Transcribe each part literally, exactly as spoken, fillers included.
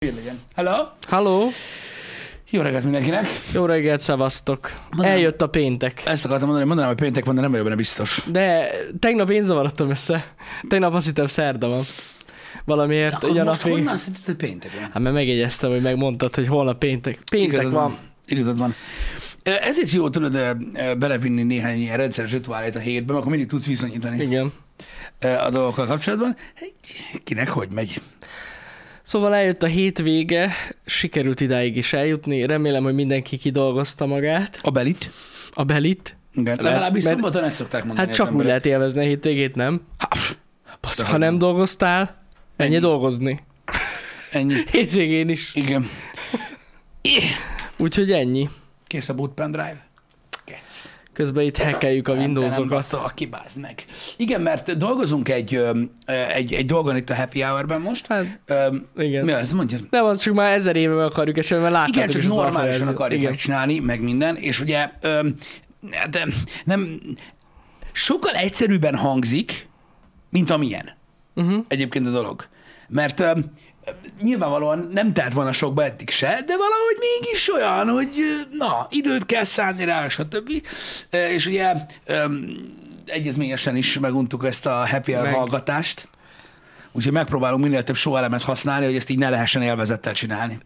Hír legyen. Hello? Halló? Jó reggelt mindenkinek. Jó reggelt, szevasztok. Mondanám, Eljött a péntek. Ezt akartam mondani, mondanám, hogy péntek van, de nem vagyok benne biztos. De tegnap én zavarodtam össze. Tegnap azt hittem szerda van. Valamiért Akkor egy a most nap még... honnan szerinted, hogy péntek van? Hát mert megjegyeztem, hogy megmondtad, hogy holnap péntek. Péntek Igazad van. van. Igazad van. Ezért jó tudod ö, ö, belevinni néhány ilyen rendszeres rituálét a hétbe, akkor mindig tudsz viszonyítani Igen. ö, a dolgokkal kapcsolatban. Kinek hogy megy? Szóval eljött a hétvége, sikerült idáig is eljutni. Remélem, hogy mindenki kidolgozta magát. A belit? A belit. Igen. Legalábbis szombaton ezt szokták mondani. Hát csak úgy lehet élvezni a hétvégét, nem? Basz, ha nem dolgoztál, menj Ennyi. dolgozni. Ennyi. Hétvégén is. Igen. Úgyhogy ennyi. Kész a boot pendrive. Közben itt hackeljük a Windowsokat. Nem, kibázd meg. Igen, mert dolgozunk egy, ö, egy, egy dolgon itt a Happy Hour-ben most. Hát, Ö, igen. Mi az? Mondjad. Nem, az csak már ezer éve meg akarjuk esetben, mert láttátok Igen, csak is az normálisan alfa akarjuk verziót. megcsinálni, meg minden, és ugye ö, de nem, sokkal egyszerűbben hangzik, mint amilyen Uh-huh. egyébként a dolog. Mert ö, nyilvánvalóan nem telt volna sokba eddig se, de valahogy mégis olyan, hogy ö, na, időt kell szánni rá, stb. Ö, És ugye ö, egyezményesen is meguntuk ezt a happy hour Meg. hallgatást, úgyhogy megpróbálunk minél több showelemet használni, hogy ezt így ne lehessen élvezettel csinálni.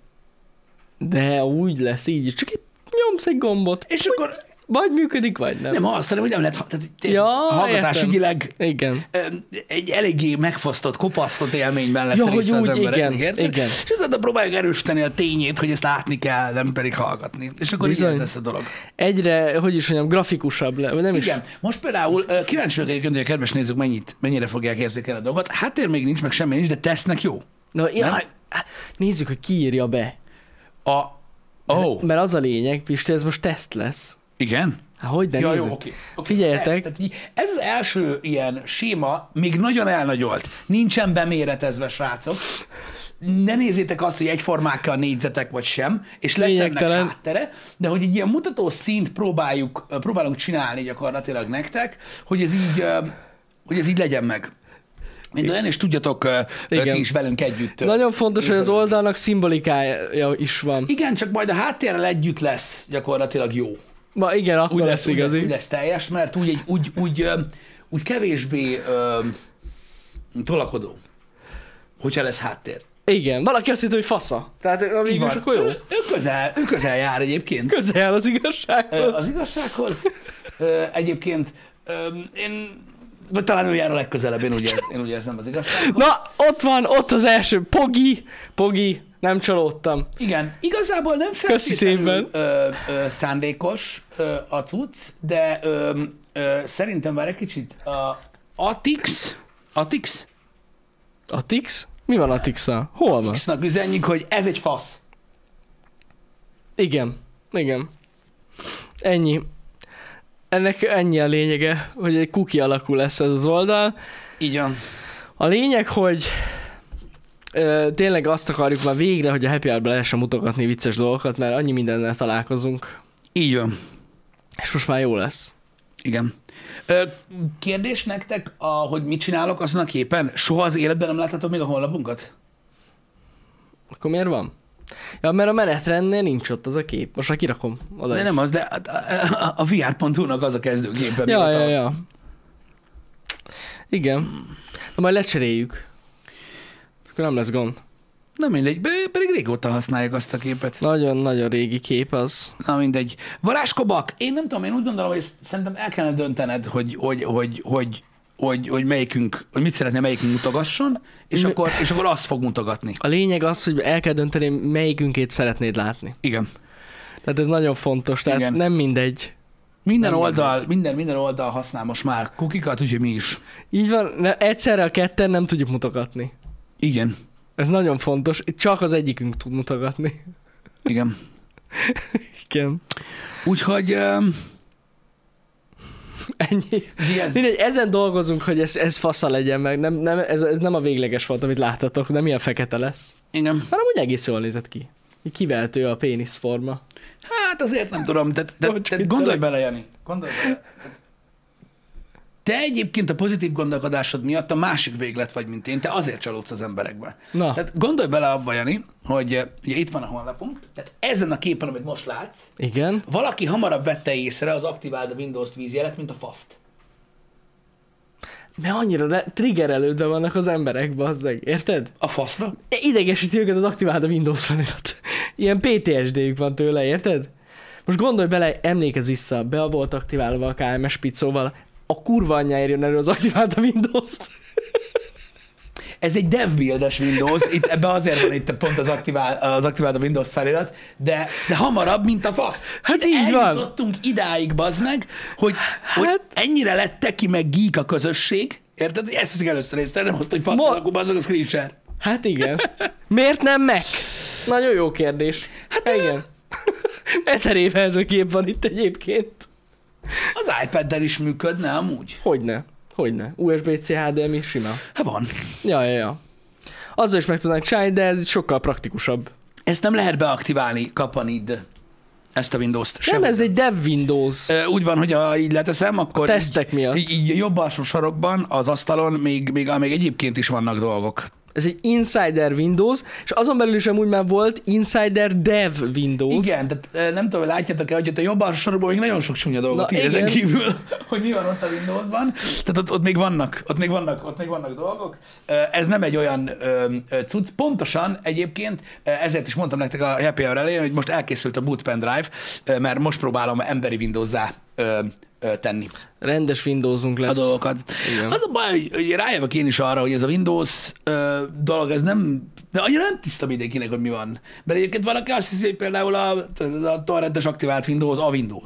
De úgy lesz így, csak itt nyomsz egy gombot. És akkor Vagy működik, vagy nem. nem azt, hanem hogy nem lehet, ha- tehát Ja, hallgatás értem. ügyileg Igen. ö, egy eléggé megfosztott, kopasztott élményben lesz Ja, a hogy része az úgy, embereknek, igen, érted? igen. És ezzel próbáljuk erősíteni a tényét, hogy ezt látni kell, nem pedig hallgatni. És akkor így Bizony. ez lesz a dolog. Egyre, hogy is mondjam, grafikusabb le, vagy nem is. Igen. Most például ö, kíváncsi vagyok egyébként, hogy a kedves nézők mennyit, mennyire fogják érzékelni a dolgot. Háttér még nincs, meg semmi nincs, de tesznek jó. Na, Nem? ja, nézzük, hogy ki írja be. A... Ó, oh, Mert az a lényeg, Pisti, ez most teszt lesz. igen? Hát hogy, de Ja, nézzük. jó, oké. oké. Figyeljetek. Ez, tehát így- ez az első ilyen séma, még nagyon elnagyolt. Nincsen beméretezve, srácok. Ne nézzétek azt, hogy egyformák a négyzetek vagy sem, és lesz ennek Lényegtelen. háttere, de hogy egy ilyen mutató szint próbáljuk, próbálunk csinálni gyakorlatilag nektek, hogy ez így, ö, hogy ez így legyen meg. Mint olyan, és tudjatok ö, ö, Igen. ti is velünk együtt. ö, Nagyon fontos, hogy az nézelődni. oldalnak szimbolikája is van. Igen, csak majd a háttérrel együtt lesz gyakorlatilag jó. Ma igen, akkor Úgy lesz, lesz, úgy, lesz, igazi. úgy lesz teljes, mert úgy, egy, úgy, úgy, ö, úgy kevésbé ö, tolakodó, hogyha lesz háttér. Igen, valaki azt hitt, hogy fasza. Tehát a végül is akkor jó. Ő, ő, közel, ő közel jár egyébként Közel áll az ö, igazsághoz. az igazsághoz. Ö, Egyébként ö, én, vagy talán ő jár a legközelebb, én úgy, ér, én úgy érzem az igazsághoz. Na, ott van, ott az első. Pogi, Pogi, nem csalódtam. Igen, igazából nem Köszi feltétlenül szépen. ö, ö, szándékos ö, a cucc, de ö, ö, szerintem már egy kicsit a Atix, Atix? Atix? Mi van Atix-szal? Hol van? X-nak üzenjük, hogy ez egy fasz. Igen, igen. Ennyi. Ennek ennyi a lényege, hogy egy cookie alakú lesz ez az oldal. Így van. A lényeg, hogy ö, tényleg azt akarjuk már végre, hogy a Happy Hour-ba lehessen mutogatni vicces dolgokat, mert annyi mindennel találkozunk, Így van. és most már jó lesz. Igen. Ö, kérdés nektek, a, hogy mit csinálok azon a képen? Soha az életben nem láthatok még a honlapunkat? Akkor miért van? Ja, mert a menetrendnél nincs ott az a kép. Most már kirakom oda. De nem az, de a, a, a, a vé er pont hu-nak az a kezdőképe. Ja, mióta- ja, ja. Igen. Na majd lecseréljük. Akkor nem lesz gond. Na mindegy, be- pedig régóta használják azt a képet. Nagyon-nagyon régi kép az. Na mindegy. Varázskobak, én nem tudom, én úgy gondolom, hogy ezt szerintem el kellene döntened, hogy, hogy, hogy, hogy, hogy, hogy melyikünk, hogy mit szeretne melyikünk mutogasson, és Mi- akkor, és akkor azt fog mutogatni. A lényeg az, hogy el kell dönteni, melyikünkét szeretnéd látni. Igen. Tehát ez nagyon fontos, tehát Igen. nem mindegy. Minden Nem oldal, minden, minden oldal használ most már kukikat, úgyhogy mi is. Így van, ne, egyszerre a ketten nem tudjuk mutogatni. Igen. Ez nagyon fontos, csak az egyikünk tud mutogatni. Igen. Igen. Úgyhogy um, Ennyi. ez, Mindegy, ezen dolgozunk, hogy ez, ez fasza legyen meg. Nem, nem, ez, ez nem a végleges volt, amit láttatok, nem ilyen fekete lesz. igen. Hanem úgy egész jól nézett ki. Így kiveltő a péniszforma. Hát azért nem tudom, te, te, Bocs, te viccelek. gondolj bele, Jani. Gondolj bele. te egyébként a pozitív gondolkodásod miatt a másik véglet vagy, mint én, te azért csalódsz az emberekbe. Na. Tehát gondolj bele abba, Jani, hogy eh, ugye itt van a honlapunk, tehát ezen a képen, amit most látsz, Igen. valaki hamarabb vette észre az aktiváld a Windows-t vízjelet, mint a faszt. Mert annyira re- triggerelődve vannak az emberek, bazzeg, érted? A faszra? Idegesíti őket az aktiváld a Windows felirat. Ilyen pé té es dé-jük van tőle, érted? Most gondolj bele, emlékezz vissza, be volt aktiválva a ká em es pizzóval, a kurva anyjáért jön elő az aktiváld a Windows-t. Ez egy dev buildes Windows, itt ebbe azért van itt pont az aktivál, az aktiváld a Windows felirat, de, de hamarabb, mint a fasz. Hát így van. Eljutottunk idáig, bazd meg, hogy, hát... hogy ennyire lett teki meg geek a közösség, érted? Ezt veszik először észre, nem azt, hogy fasz, Mo- akkor bazd meg a screen share. Hát igen. Miért nem Mac? Nagyon jó kérdés. Hát igen. Ezer éve ez a kép van itt egyébként. Az iPad-del is működne amúgy. Hogyne. Hogyne. u es bé cé há dé em i simán. Hát van. Ja, ja, ja. Azzal is meg tudnánk csinálni, de ez sokkal praktikusabb. Ezt nem lehet beaktiválni kapanid, ezt a Windows-t. Nem, Sehol. ez egy dev Windows. Ö, Úgy van, hogy ha így leteszem, akkor A tesztek így, miatt. Így, így a jobb alsó sarokban, az asztalon még, még, még egyébként is vannak dolgok. Ez egy Insider Windows, és azon belül is amúgy már volt Insider Dev Windows. Igen, tehát ö, nem tudom, hogy látjátok-e, hogy ott a jobb alsó sarokban még nagyon sok csúnya dolgot Na, ír ezen igen. kívül, hogy mi van ott a Windowsban. Tehát ott, ott, még vannak, ott, még vannak, ott még vannak dolgok. Ö, Ez nem egy olyan ö, ö, cucc. Pontosan egyébként, ö, ezért is mondtam nektek a Happy Hour elején, hogy most elkészült a boot pendrive, ö, mert most próbálom emberi Windows-zá ö, ö, tenni Rendes Windowsunk a lesz. dolgokat. Igen. Az a baj, hogy, hogy rájövök én is arra, hogy ez a Windows ö, dolog, ez nem, de annyira nem tiszta mindenkinek, hogy mi van. Mert egyébként valaki azt hiszi, hogy például a, a torrentes aktivált Windows a Windows.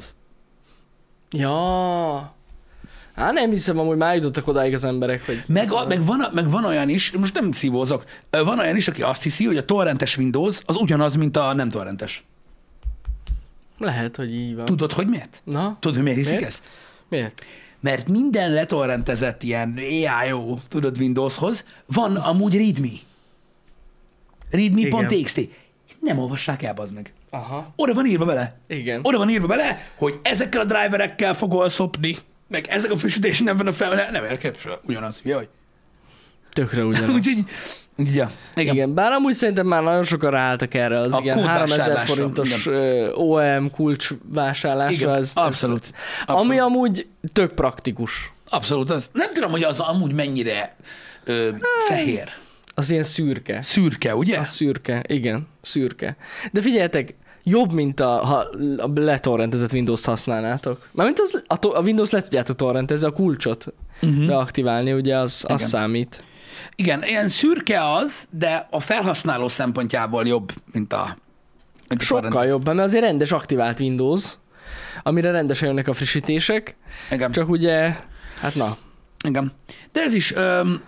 Ja. Hát nem hiszem, amúgy már jutottak odáig az emberek, hogy... Meg, a, meg, van, meg van olyan is, most nem szívózok, ö, van olyan is, aki azt hiszi, hogy a torrentes Windows az ugyanaz, mint a nem torrentes. Lehet, hogy így van. Tudod, hogy miért? Na? Tudod, hogy miért hiszik Miért? ezt? Miért? Mert minden letorrentezett ilyen á i o, tudod, Windowshoz, van amúgy readme. readme.txt. Nem olvassák el, bazd meg. Aha. Oda van írva bele. Igen. Oda van írva bele, hogy ezekkel a driverekkel fogol szopni, meg ezek a frissítés nem van a fel, nem, nem érkezel, ugyanaz, jaj. Tökre ugyanaz. Úgyhogy, úgyhogy, ja. Igen. Igen, bár amúgy szerintem már nagyon sokan ráálltak erre az A igen kulcsvásárlásra, háromezer forintos ö, ó em kulcs vásárlásra. Igen, ez, abszolút. ez- abszolút. Ami amúgy tök praktikus. Abszolút az. Nem tudom, hogy az amúgy mennyire ö, fehér. Az ilyen szürke. Szürke, ugye? A szürke, igen, szürke. De figyeljetek, jobb, mint a, ha a letorrentezett Windows-t használnátok. Mármint az, a, to- a Windows le tudjátok torrentezni, a kulcsot uh-huh. beaktiválni, ugye az, az Igen. számít. Igen, ilyen szürke az, de a felhasználó szempontjából jobb, mint a, mint a Sokkal torrentes. jobb, mert azért rendes aktivált Windows, amire rendesen jönnek a frissítések, Igen. csak ugye, hát na. Igen. De ez is... Öm,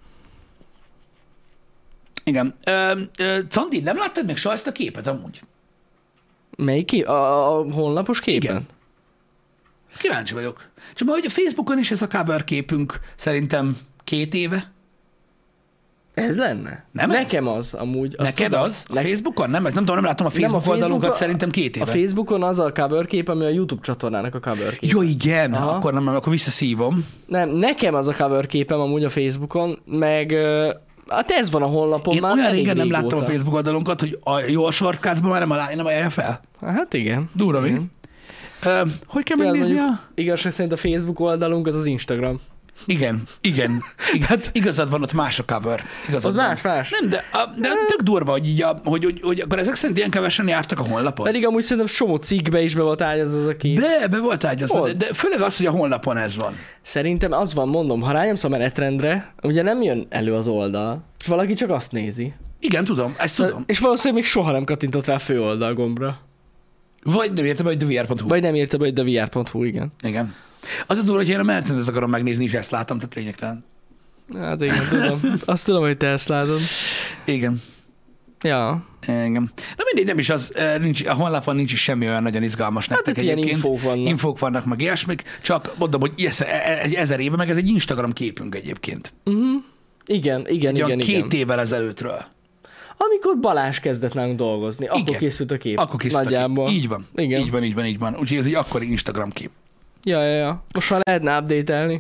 igen. Öm, ö, Candi, nem láttad még soha ezt a képet amúgy? Melyik kép? A, a honlapos képen? Igen. Kíváncsi vagyok. Csak már, hogy a Facebookon is ez a cover képünk szerintem két éve. Ez lenne? Nem ez? Nekem az amúgy. azt Neked tudom. az? A Ne- Facebookon? Nem, ez nem tudom, nem látom a Nem, a Facebook oldalunkat, Facebookon- szerintem két éve. A Facebookon az a cover kép, ami a YouTube csatornának a cover kép. Jó, igen, Aha. akkor nem, akkor visszaszívom. Nem, nekem az a cover képem amúgy a Facebookon, meg ö, hát ez van a honlapon Én már olyan elég régen nem régóta. láttam a Facebook oldalunkat, hogy a jó shortcutsban már nem, alá, nem ajánlja fel. Hát igen. Durva mi? Igen. Ö, hogy kell Például megnézni mondjuk a... Igazság szerint a Facebook oldalunk az az Instagram. Igen, igen. igen. Igazad van, ott más a cover. Igazad Ott van. más, más. Nem, de, a, de tök durva, hogy, így a, hogy, hogy, hogy akkor ezek szerint ilyen kevesen jártak a honlapon. Pedig amúgy szerintem somó cikkbe is be volt ágyazva az a kép. Be, be volt ágyazva, de, Hol? de főleg az, hogy a honlapon ez van. Szerintem az van, mondom, ha rányomsz a menetrendre, ugye nem jön elő az oldal, és valaki csak azt nézi. Igen, tudom, ezt tudom. És valószínűleg még soha nem kattintott rá a főoldal gombra. Vagy nem értem, hogy the vé er pont hu. Vagy nem írta be, hogy de vé er pont hu, igen. Igen. Az a durva, hogy én a menetrendet akarom megnézni, és ezt látom, tehát lényegtelen. Hát igen, tudom. Azt tudom, hogy te ezt látod. Igen. Ja. Igen. Na mindegy, nem is az, eh, nincs, a honlapon nincs is semmi olyan nagyon izgalmas Hát nektek itt ilyen egyébként. infók vannak. Infók vannak, meg ilyesmik, csak mondom, hogy ez- egy ezer éve, meg ez egy Instagram képünk egyébként. Uh-huh. Igen, igen, Egy igen, olyan igen. két évvel ezelőttről. Amikor Balázs kezdett nálunk dolgozni, akkor Igen. készült a kép. Akkor készült a kép. Nagyjából. Így van. Igen. Így van, így van, így van. Úgyhogy ez egy akkori Instagram kép. Ja, ja, ja. Most már lehetne update-elni.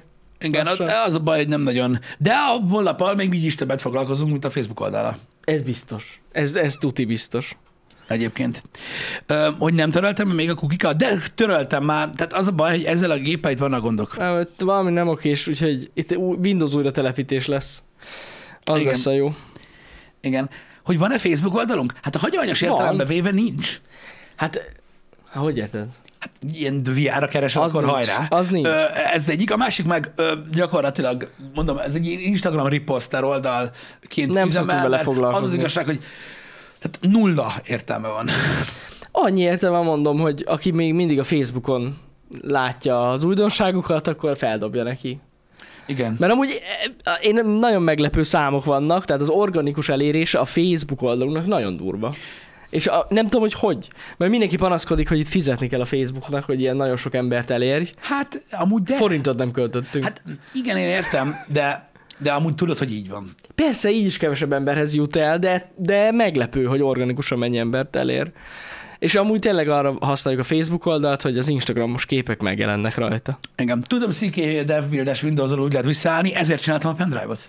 Igen, lassan. az a baj, hogy nem nagyon. De a honlappal még így is többet foglalkozunk, mint a Facebook oldala. Ez biztos. Ez, ez tuti biztos. Egyébként. Ö, hogy nem töröltem még a kukikat, de töröltem már. Tehát az a baj, hogy ezzel a géppel itt vannak gondok. Nem, valami nem okés, úgyhogy itt Windows újra telepítés lesz. Az Igen. lesz a jó. Igen. Hogy van-e Facebook oldalunk? Hát a hagyományos Van. értelemben véve nincs. Hát, hát hogy érted? Hát ilyen vé er-ra keresel, Az akkor nincs. hajrá. Az nincs. Ö, ez egyik, a másik meg ö, gyakorlatilag, mondom, ez egy Instagram riposzter oldalként Nem üzemel, szoktunk vele mert foglalkozni. Az az igazság, hogy tehát nulla értelme van. Annyi értelme mondom, hogy aki még mindig a Facebookon látja az újdonságokat, akkor feldobja neki. Igen. Mert amúgy eh, én nagyon meglepő számok vannak, tehát az organikus elérése a Facebook oldalunknak nagyon durva. És a, nem tudom, hogy hogy. Mert mindenki panaszkodik, hogy itt fizetni kell a Facebooknak, hogy ilyen nagyon sok embert elérj. Hát amúgy de... Forintot nem költöttünk. Hát, Hát igen, én értem, de, de amúgy tudod, hogy így van. persze, így is kevesebb emberhez jut el, de, de meglepő, hogy organikusan mennyi embert elér. És amúgy tényleg arra használjuk a Facebook oldalt, hogy az Instagramos képek megjelennek rajta. Engem. Tudom, cé ká DevBuild-es Windows-ról úgy lehet visszaállni, ezért csináltam a pendrive-ot.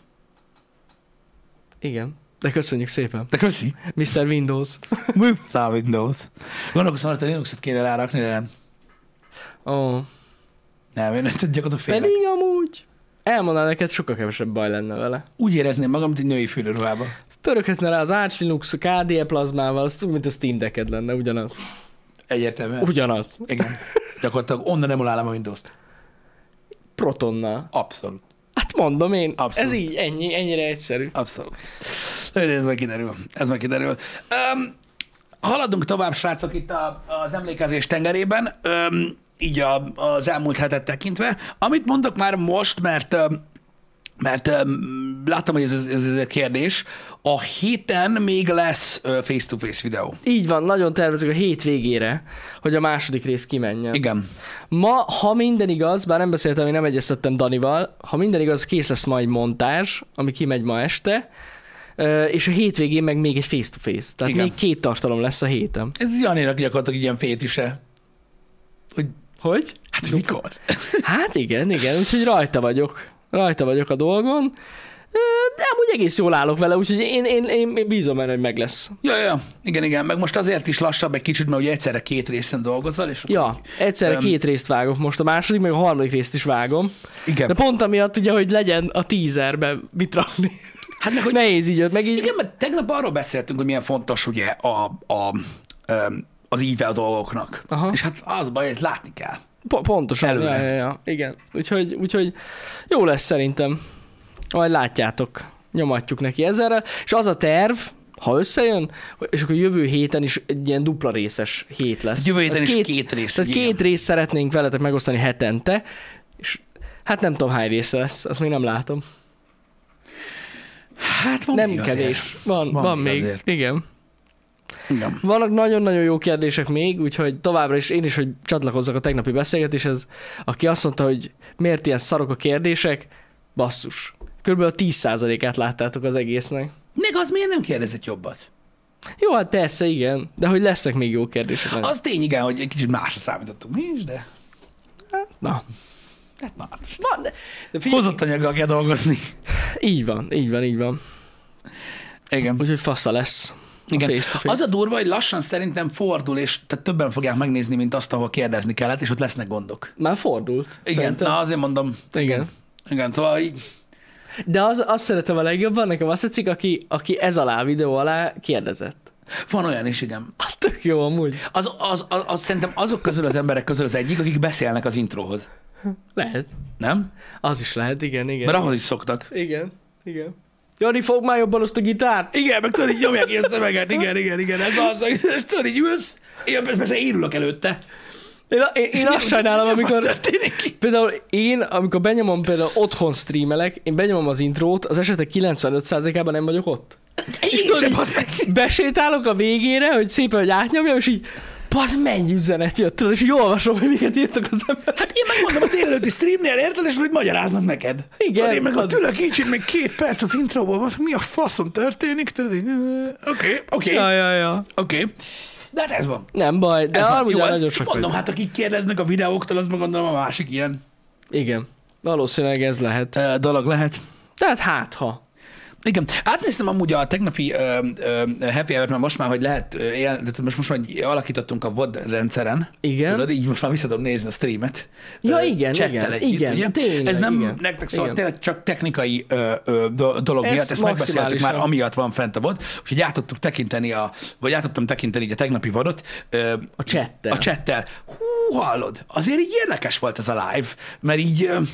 Igen. De köszönjük szépen. De köszi. miszter Windows. Műptál Windows. Gondolkoztam, hogy a Linuxot kéne rárakni, de nem. Ó. Nem, én gyakorlatilag félek. Pedig amúgy elmondanám neked, sokkal kevesebb baj lenne vele. Úgy érezném magam, mint egy női fülőruhába. Pöröghetne rá az Arch Linux ká dé e plazmával, az mint a Steam Decked lenne, ugyanaz. Egyértelműen. Ugyanaz. Igen. Gyakorlatilag onnan emulálom a Windows-t. Protonnal. Abszolút. Hát mondom én, Abszolút. ez így, ennyi, ennyire egyszerű. Abszolút. Ez majd kiderül. Ez majd kiderül. Um, haladunk tovább, srácok, itt a, az emlékezés tengerében, um, így a, az elmúlt hetet tekintve. Amit mondok már most, mert um, mert um, láttam, hogy ez, ez, ez egy kérdés. A héten még lesz uh, face-to-face videó. Így van, nagyon tervezünk a hét végére, hogy a második rész kimenjen. Igen. Ma, ha minden igaz, bár nem beszéltem, én nem egyeztettem Danival, ha minden igaz, kész lesz majd montázs, ami kimegy ma este, ö, és a hétvégén meg még egy face-to-face. Tehát Igen. még két tartalom lesz a héten. Ez Janinak gyakorlatilag ilyen fétise. Hogy, Hogy? hát mikor? Hát igen, igen, úgyhogy rajta vagyok. Rajta vagyok a dolgon. Ö, De amúgy egész jól állok vele, úgyhogy én, én, én, én bízom benne, hogy meg lesz. Ja, ja, igen, igen, meg most azért is lassabb egy kicsit, mert ugye egyszerre két részen dolgozol, és akkor Ja, egyszerre Öm. két részt vágok most, a második, meg a harmadik részt is vágom. igen. De pont amiatt ugye, hogy legyen a teaserbe mit rakni. Hát meg, hogy Nehéz így, meg így... igen, mert tegnap arról beszéltünk, hogy milyen fontos ugye a, a, öm, az íve a dolgoknak. Aha. És hát az a baj, hogy látni kell. Po- pontosan, Előre. ja, ja, ja, igen. Úgyhogy, úgyhogy jó lesz szerintem. Majd látjátok, nyomatjuk neki ezerrel. És az a terv, ha összejön, és akkor jövő héten is egy ilyen dupla részes hét lesz. Jövő héten Tehát is két rész, Tehát igen. két részt szeretnénk veletek megosztani hetente, és hát nem tudom hány része lesz, azt még nem látom. Hát van nem még kevés. azért. Van, Van van, még még. azért. Igen. Igen. Vannak nagyon-nagyon jó kérdések még, úgyhogy továbbra is én is, hogy csatlakozzak a tegnapi beszélgetéshez, aki azt mondta, hogy miért ilyen szarok a kérdések, basszus. Körülbelül a tíz százalékát láttátok az egésznek. Meg az miért nem kérdezett jobbat? Jó, hát persze, igen, de hogy lesznek még jó kérdések. nagyon. Az tény, igen, hogy egy kicsit másra számítottunk mi is, de Na, hát na, van, de, de figyelj, hozott anyaggal kell dolgozni. így van, így van, így van. Igen. Úgyhogy fasza lesz. A Igen. face-to-face. Az a durva, hogy lassan szerintem fordul, és tehát többen fogják megnézni, mint azt, ahol kérdezni kellett, és ott lesznek gondok. Már fordult. Igen, szerintem. na azért mondom. Igen. Igen, szóval így, De az, azt szeretem a legjobban, nekem azt tetszik, aki, aki ez alá, a videó alá kérdezett. van olyan is, igen. Az tök jó amúgy. Az, az, az, az szerintem azok közül az emberek közül az egyik, akik beszélnek az introhoz. Lehet. Nem? Az is lehet, igen, igen. Mert ahhoz is szoktak. Igen, igen. Jani, fog már jobban azt a gitárt? Igen, meg tudod, így nyomják ilyen szöveget. Igen, igen, igen. Ez az, és tudod, így ülsz. Én persze én ülök előtte. Én, én, én azt sajnálom, Mi a fasz amikor... történik? Például én, amikor benyomom, például otthon streamelek, én benyomom az intrót, az esetek kilencvenöt százalékában nem vagyok ott. Én sem, az meg. Besétálok a végére, hogy szépen, hogy átnyomjam, és így, bazd, mennyi üzenet jött, tudod, és így olvasom, hogy miket írtak az emberek. Hát én megmondom a délelőtti streamnél, érted, és majd magyaráznak neked. Igen, Tudod, én meg ott az- ülök így, hogy még két perc az intróból van, mi a faszom történik, tudod, így, oké, oké, Ja, ja, ja. oké. De hát ez van. Nem baj, de Ez van. amúgy Jó, már ez, nagyon sok mondom, vagy. hát akik kérdeznek a videóktól, az meg gondolom a másik ilyen. Igen. Valószínűleg ez lehet. ö, dolog lehet. Tehát hát ha. Igen, átnéztem amúgy a tegnapi ö, ö, happy hour-t, mert most már, hogy lehet, ö, él, de most, most már alakítottunk a vé o dé rendszeren. Igen. Tudod, így most már vissza tudom nézni a streamet. Ja, ö, igen, chattel igen, együtt, igen, ugye? tényleg, Ez nem igen. nektek szól, Igen. tényleg csak technikai ö, ö, do- dolog Ez miatt, ezt megbeszéltük maximálisan. már, amiatt van fent a vé o dé, úgyhogy át tudtuk tekinteni, a, vagy át tudtam tekinteni így a tegnapi vé o dé-t. Ö, A chattel. A chattel. Hú, hallod, azért így érdekes volt ez a live, mert így ö,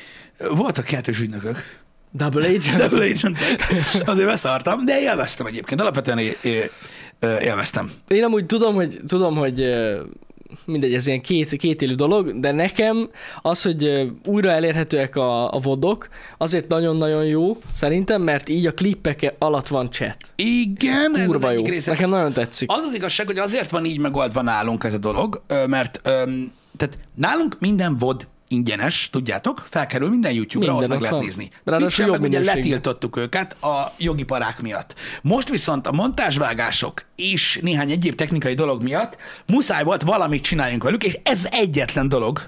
voltak kettős ügynökök. Double Agent. Double agentek. Azért beszartam, de élveztem egyébként. Alapvetően é- é- élveztem. Én amúgy tudom, hogy, tudom, hogy ö, mindegy, ez ilyen két, két élő dolog, de nekem az, hogy ö, újra elérhetőek a, a vodok, azért nagyon-nagyon jó, szerintem, mert így a klippek alatt van chat. Igen, ez Kurva az jó. egyik része. Nekem nagyon tetszik. Az az igazság, hogy azért van így megoldva nálunk ez a dolog, ö, mert öm, tehát nálunk minden vé o dé ingyenes, tudjátok, felkerül minden YouTube-ra, Minden ott meg ott lehet van. nézni. Ráadásul Twitch-en jobb meg ugye minőségű. letiltottuk őket a jogi parák miatt. Most viszont a montázsvágások és néhány egyéb technikai dolog miatt muszáj volt valamit csináljunk velük, és ez egyetlen dolog,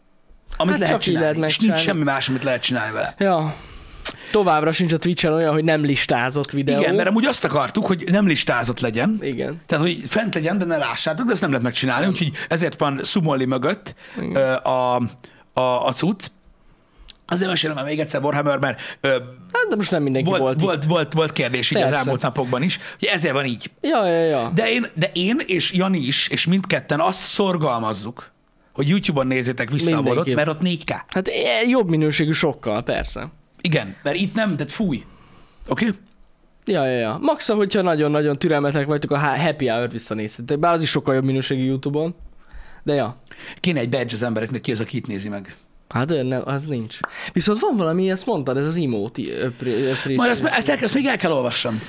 amit Hát lehet csak így csinálni, lehet és nincs megcsinálni. semmi más, amit lehet csinálni vele. Ja. Továbbra sincs a Twitch-en olyan, hogy nem listázott videó. Igen, mert amúgy azt akartuk, hogy nem listázott legyen. Igen. Tehát, hogy fent legyen, de ne lássátok, de ezt nem lehet megcsinálni, úgyhogy ezért van Sumolli mögött ö, a, a, a cucc. Azért mesélem már még egyszer, Warhammer, mert ö, Hát de most nem mindenki volt, volt, volt, volt, volt kérdés így az Persze. elmúlt napokban is, hogy ezért van így. Ja, ja, ja. De én, de én és Jani is, és mindketten azt szorgalmazzuk, hogy YouTube-on nézzétek vissza a Mindenképp. vodot, mert ott négy ká. Hát e- jobb minőségű sokkal, persze. Igen, mert itt nem, tehát fúj. Oké? Okay? Ja, ja, ja. Maxa, hogyha nagyon-nagyon türelmetlenek vagytok, a ha- Happy Hour-t visszanézhetek. Bár az is sokkal jobb minőségű YouTube-on. De ja. Kéne egy badge az embereknek, ki az, aki itt nézi meg. Hát olyan nem, az nincs. Viszont van valami, ezt mondtad, ez az emote. Majd ezt, ezt, ezt még el kell olvassam.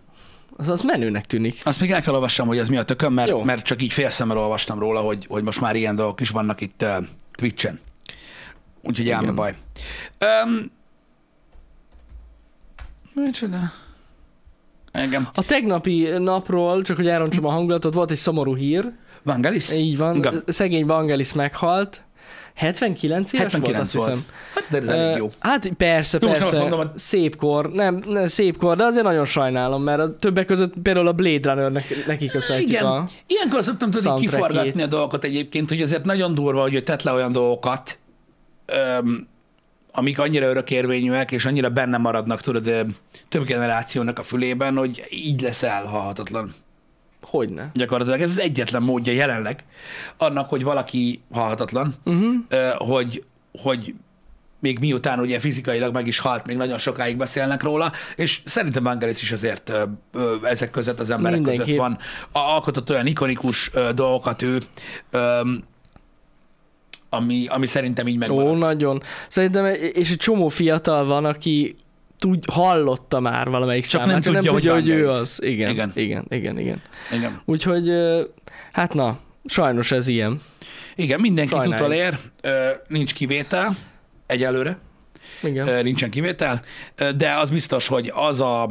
Az, az menőnek tűnik. Azt még el kell olvassam, hogy ez mi a tököm, mert, Jó. mert csak így félszemmel olvastam róla, hogy, hogy most már ilyen dolgok is vannak itt uh, Twitch-en. Úgyhogy ám a baj. Um, micsoda? Engem. A tegnapi napról, csak hogy elrontsam a hangulatot, volt egy szomorú hír. Vangelis? Így van. Igen. Szegény Vangelis meghalt. hetvenkilenc éves hetvenkilenc volt, volt. azt hiszem. Hát ez, ez elég jó. Ö, Hát persze, Jó, most nem persze. azt mondom, hogy- Szép kor. Nem, nem, szép kor, de azért nagyon sajnálom, mert a többek között például a Blade Runner-nek neki köszönhetjük Igen. a... Ilyenkor szoktam tudni soundtrackjét. kiforgatni a dolgokat egyébként, hogy azért nagyon durva, hogy ő tett le olyan dolgokat, öm, amik annyira örökérvényűek, és annyira benne maradnak, tudod, ö, több generációnak a fülében, hogy így lesz elhalhatatlan. Hogyne. Gyakorlatilag ez az egyetlen módja jelenleg annak, hogy valaki halhatatlan, Uh-huh. ö, hogy, hogy még miután ugye fizikailag meg is halt, még nagyon sokáig beszélnek róla, és szerintem Vangelis is azért ö, ö, ezek között az emberek Mindenképp. között van. A, alkotott olyan ikonikus ö, dolgokat ő, ö, ami, ami szerintem így Ó, megmaradt. nagyon. Szerintem, és egy csomó fiatal van, aki tud, hallotta már valamelyik Csak számát, nem csak tudja, nem tudja, hogy hogy ő Vangelis. az. Igen, Igen. igen, igen, igen. igen. Igen. Úgyhogy, ö, hát na, sajnos ez ilyen. Igen, mindenki Sajnáljuk. utolér, ö, nincs kivétel egyelőre. Igen. Ö, nincsen kivétel, ö, de az biztos, hogy az a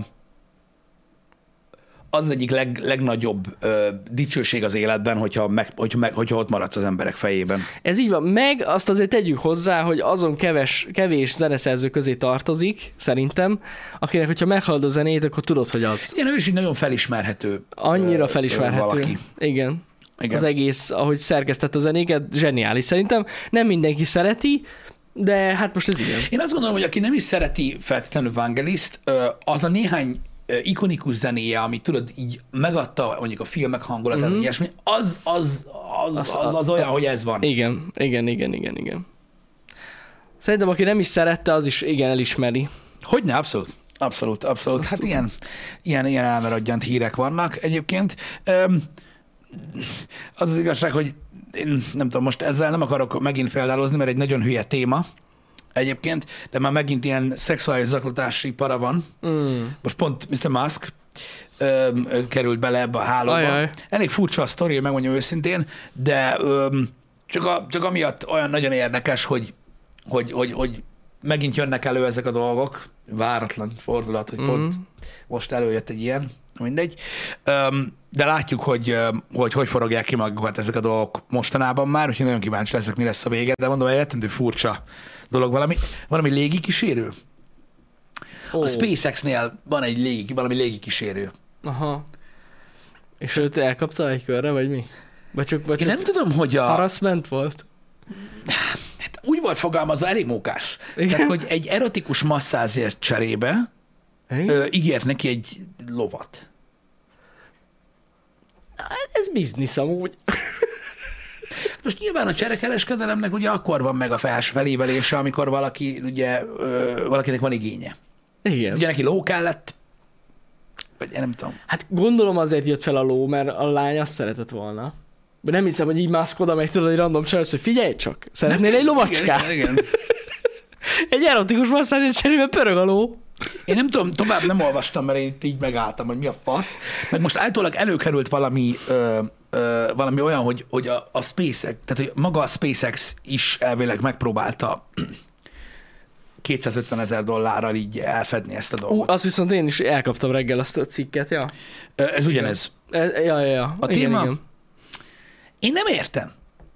az, az egyik leg, legnagyobb ö, dicsőség az életben, hogyha, meg, hogyha, meg, hogyha ott maradsz az emberek fejében. Ez így van. Meg azt azért tegyük hozzá, hogy azon keves, kevés zeneszerző közé tartozik, szerintem, akinek, hogyha meghallod a zenét, akkor tudod, hogy az. Igen, ő is így nagyon felismerhető. Annyira ö, felismerhető. Ö, valaki. Igen. Igen. Az egész, ahogy szerkesztett a zenéket, zseniális. Szerintem nem mindenki szereti, de hát most ez ilyen. Én azt gondolom, hogy aki nem is szereti feltétlenül Vangeliszt, ö, az a néhány ö, ikonikus zenéje, ami tudod, így megadta mondjuk a filmek hangulatát, Mhm. uh-huh. ilyesmi, az, az, az, az, az, az olyan, hogy ez van. Igen, igen, igen, igen, igen. Szerintem, aki nem is szerette, az is igen elismeri. Hogyne, abszolút. Abszolút, abszolút. Hát ilyen, ilyen, ilyen elmeradjant hírek vannak egyébként. Öm, az az igazság, hogy én nem tudom, most ezzel nem akarok megint feldálozni, mert egy nagyon hülye téma egyébként, de már megint ilyen szexuális zaklatási para van. Mm. Most pont miszter Musk öm, ö, került bele ebbe a hálóba. Ajaj. Elég furcsa a sztori, megmondjam őszintén, de öm, csak, a, csak amiatt olyan nagyon érdekes, hogy, hogy, hogy, hogy megint jönnek elő ezek a dolgok. Váratlan fordulat, hogy Mhm. pont most előjött egy ilyen, mindegy. Öm, de látjuk, hogy, öm, hogy hogy forogják ki magukat ezek a dolgok mostanában már, úgyhogy nagyon kíváncsi leszek, mi lesz a vége, de mondom, egy rettentő furcsa dolog, valami, valami légikísérő. Ó, A SpaceX-nél van egy légi, valami légikísérő. aha. És őt elkapta egy körre, vagy mi? Vagy csak, vagy Én csak nem tudom, hogy a... harassment volt? Hát úgy volt fogalmazva, elég mókás. Igen? Tehát, hogy egy erotikus masszázért cserébe ö, ígért neki egy lovat. Ez biznisz amúgy. Most nyilván a cserekereskedelemnek ugye akkor van meg a fels felévelése, amikor valaki, ugye, ö, valakinek van igénye. Igen. Ugye neki ló kellett, vagy én nem tudom. Hát gondolom azért jött fel a ló, mert a lány azt szeretett volna. De nem hiszem, hogy így Musk oda megy, tudod, egy random csajhoz, hogy figyelj csak, szeretnél egy lovacskát? Igen, igen, igen. Egy erotikus masszázs cserébe pörög a ló. Én nem tudom, tovább nem olvastam, mert én itt így megálltam, hogy mi a fasz. Meg most állítólag előkerült valami, ö, ö, valami olyan, hogy, hogy a, a SpaceX, tehát hogy maga a SpaceX is elvileg megpróbálta kétszázötven ezer dollárral így elfedni ezt a Ú, dolgot. azt viszont én is elkaptam reggel azt a cikket, ja. Ö, Ez ugyanez. Ez, ja, ja, ja. A igen, téma? igen. Én nem értem.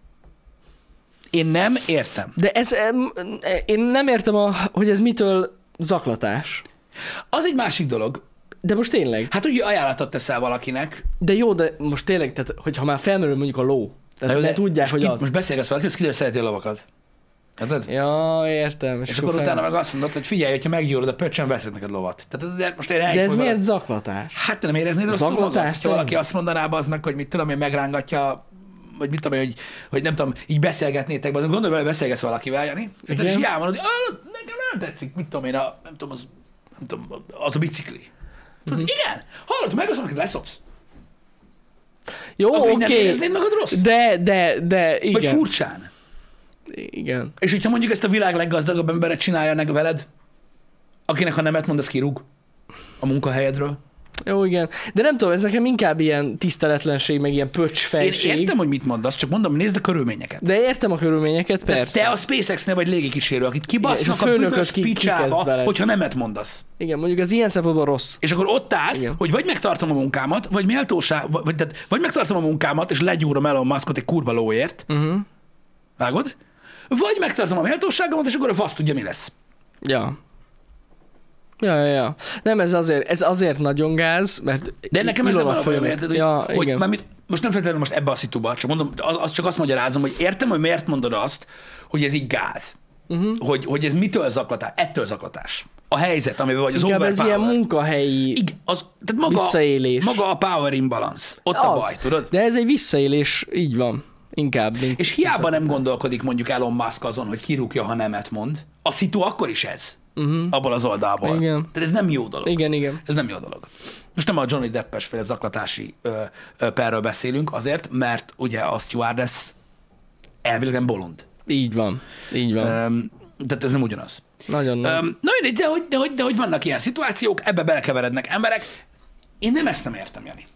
Én nem értem. De ez, em, én nem értem, a, hogy ez mitől zaklatás. Az egy másik dolog. De most tényleg. Hát ugye ajánlatot teszel valakinek. De jó, de most tényleg, tehát, hogyha már felmerül mondjuk a ló, tehát Na jó, ne de tudják, most hogy ki, az. Most beszélgetsz valakivel, az kiderül, szereti a lovakat. Érted? Ja, értem. És, és akkor utána meg azt mondod, hogy figyelj, hogyha meggyúrod a pöcsön, veszek neked lovat. Tehát ez azért most én De ez elhiszem, miért hogy- zaklatás? Hát te nem éreznéd rosszul Zaklatás magad? Ha szerint? valaki azt mondaná az meg, hogy mit tudom én, megrángatja, vagy mit tudom én, hogy, hogy nem tudom, így beszélgetnétek, be, gondolj bele, beszélgetsz valakivel, Jani, és Igen. így elmondod, hogy ah, nekem nem tetszik, mit tudom én, a, nem tudom, az, nem tudom, az a bicikli. Tudod, Mhm. igen, hallod, meg azt mondod, hogy leszopsz. Jó, Akkor így nem oké. éreznéd magad rossz? De, de, de, igen. Vagy furcsán. Igen. És hogyha mondjuk ezt a világ leggazdagabb embere csinálja meg veled, akinek ha nemet mond, az kirúg a munkahelyedről. Jó, igen. De nem tudom, ez nekem inkább ilyen tiszteletlenség, meg ilyen Én pöcsfejség. értem, hogy mit mondasz, csak mondom, nézd a körülményeket. De értem a körülményeket, Tehát persze. te a SpaceX-nél vagy légikísérő, akit Igen, kibasznak és a, a főnököt büdös ki- kikezd picsába, veled. hogyha nemet mondasz. Igen, mondjuk az ilyen szempontból rossz. És akkor ott állsz, Igen. hogy vagy megtartom a munkámat, vagy méltóság, vagy, tehát, vagy megtartom a munkámat, és legyúrom Elon Muskot egy kurva lóért, Uh-huh. vágod? Vagy megtartom a méltóságomat, és akkor a fasz tudja, mi lesz. Ja. Ja, ja, ja. Nem, ez azért, ez azért nagyon gáz, mert... De nekem ez Ilona van a bajom, főnök. érted, hogy, Ja, hogy igen. mármint, most nem feltétlenül most ebbe a szituba, csak mondom, az, az csak azt magyarázom, hogy értem, hogy miért mondod azt, hogy ez így gáz. Uh-huh. Hogy, hogy ez mitől zaklatás? Ettől zaklatás. A helyzet, amiben vagy, az Inkább ez overpower. ilyen munkahelyi Igen, az, tehát maga, visszaélés. maga a power imbalance. Ott a Az. baj, tudod? De ez egy visszaélés, így van. Inkább. Mint És hiába nem gondolkodik mondjuk Elon Musk azon, hogy kirúgja, ha nemet mond. A szitu akkor is ez. Uh-huh. Abból az oldalból. Igen. Tehát ez nem jó dolog. Igen, igen. Ez nem jó dolog. Most nem a Johnny Deppes féle zaklatási ö, ö, perről beszélünk azért, mert ugye a stewardess elvileg nem bolond. Így van. Így van. Öm, tehát ez nem ugyanaz. Nagyon nagy. Öm, na mindegy, de hogy, de, hogy, de hogy vannak ilyen szituációk, ebbe belekeverednek emberek. Én nem ezt nem értem, Jani.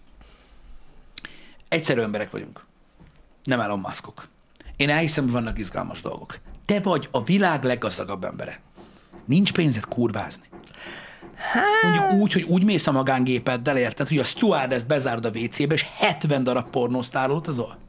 Egyszerű emberek vagyunk. Nem Elon Muskok. Én elhiszem, hogy vannak izgalmas dolgok. Te vagy a világ leggazdagabb embere. Nincs pénzed kurvázni. Mondjuk úgy, hogy úgy mész a magángépeddel, érted, hogy a stewardess bezárod a vé cébe, és hetven darab pornósztárról utazol?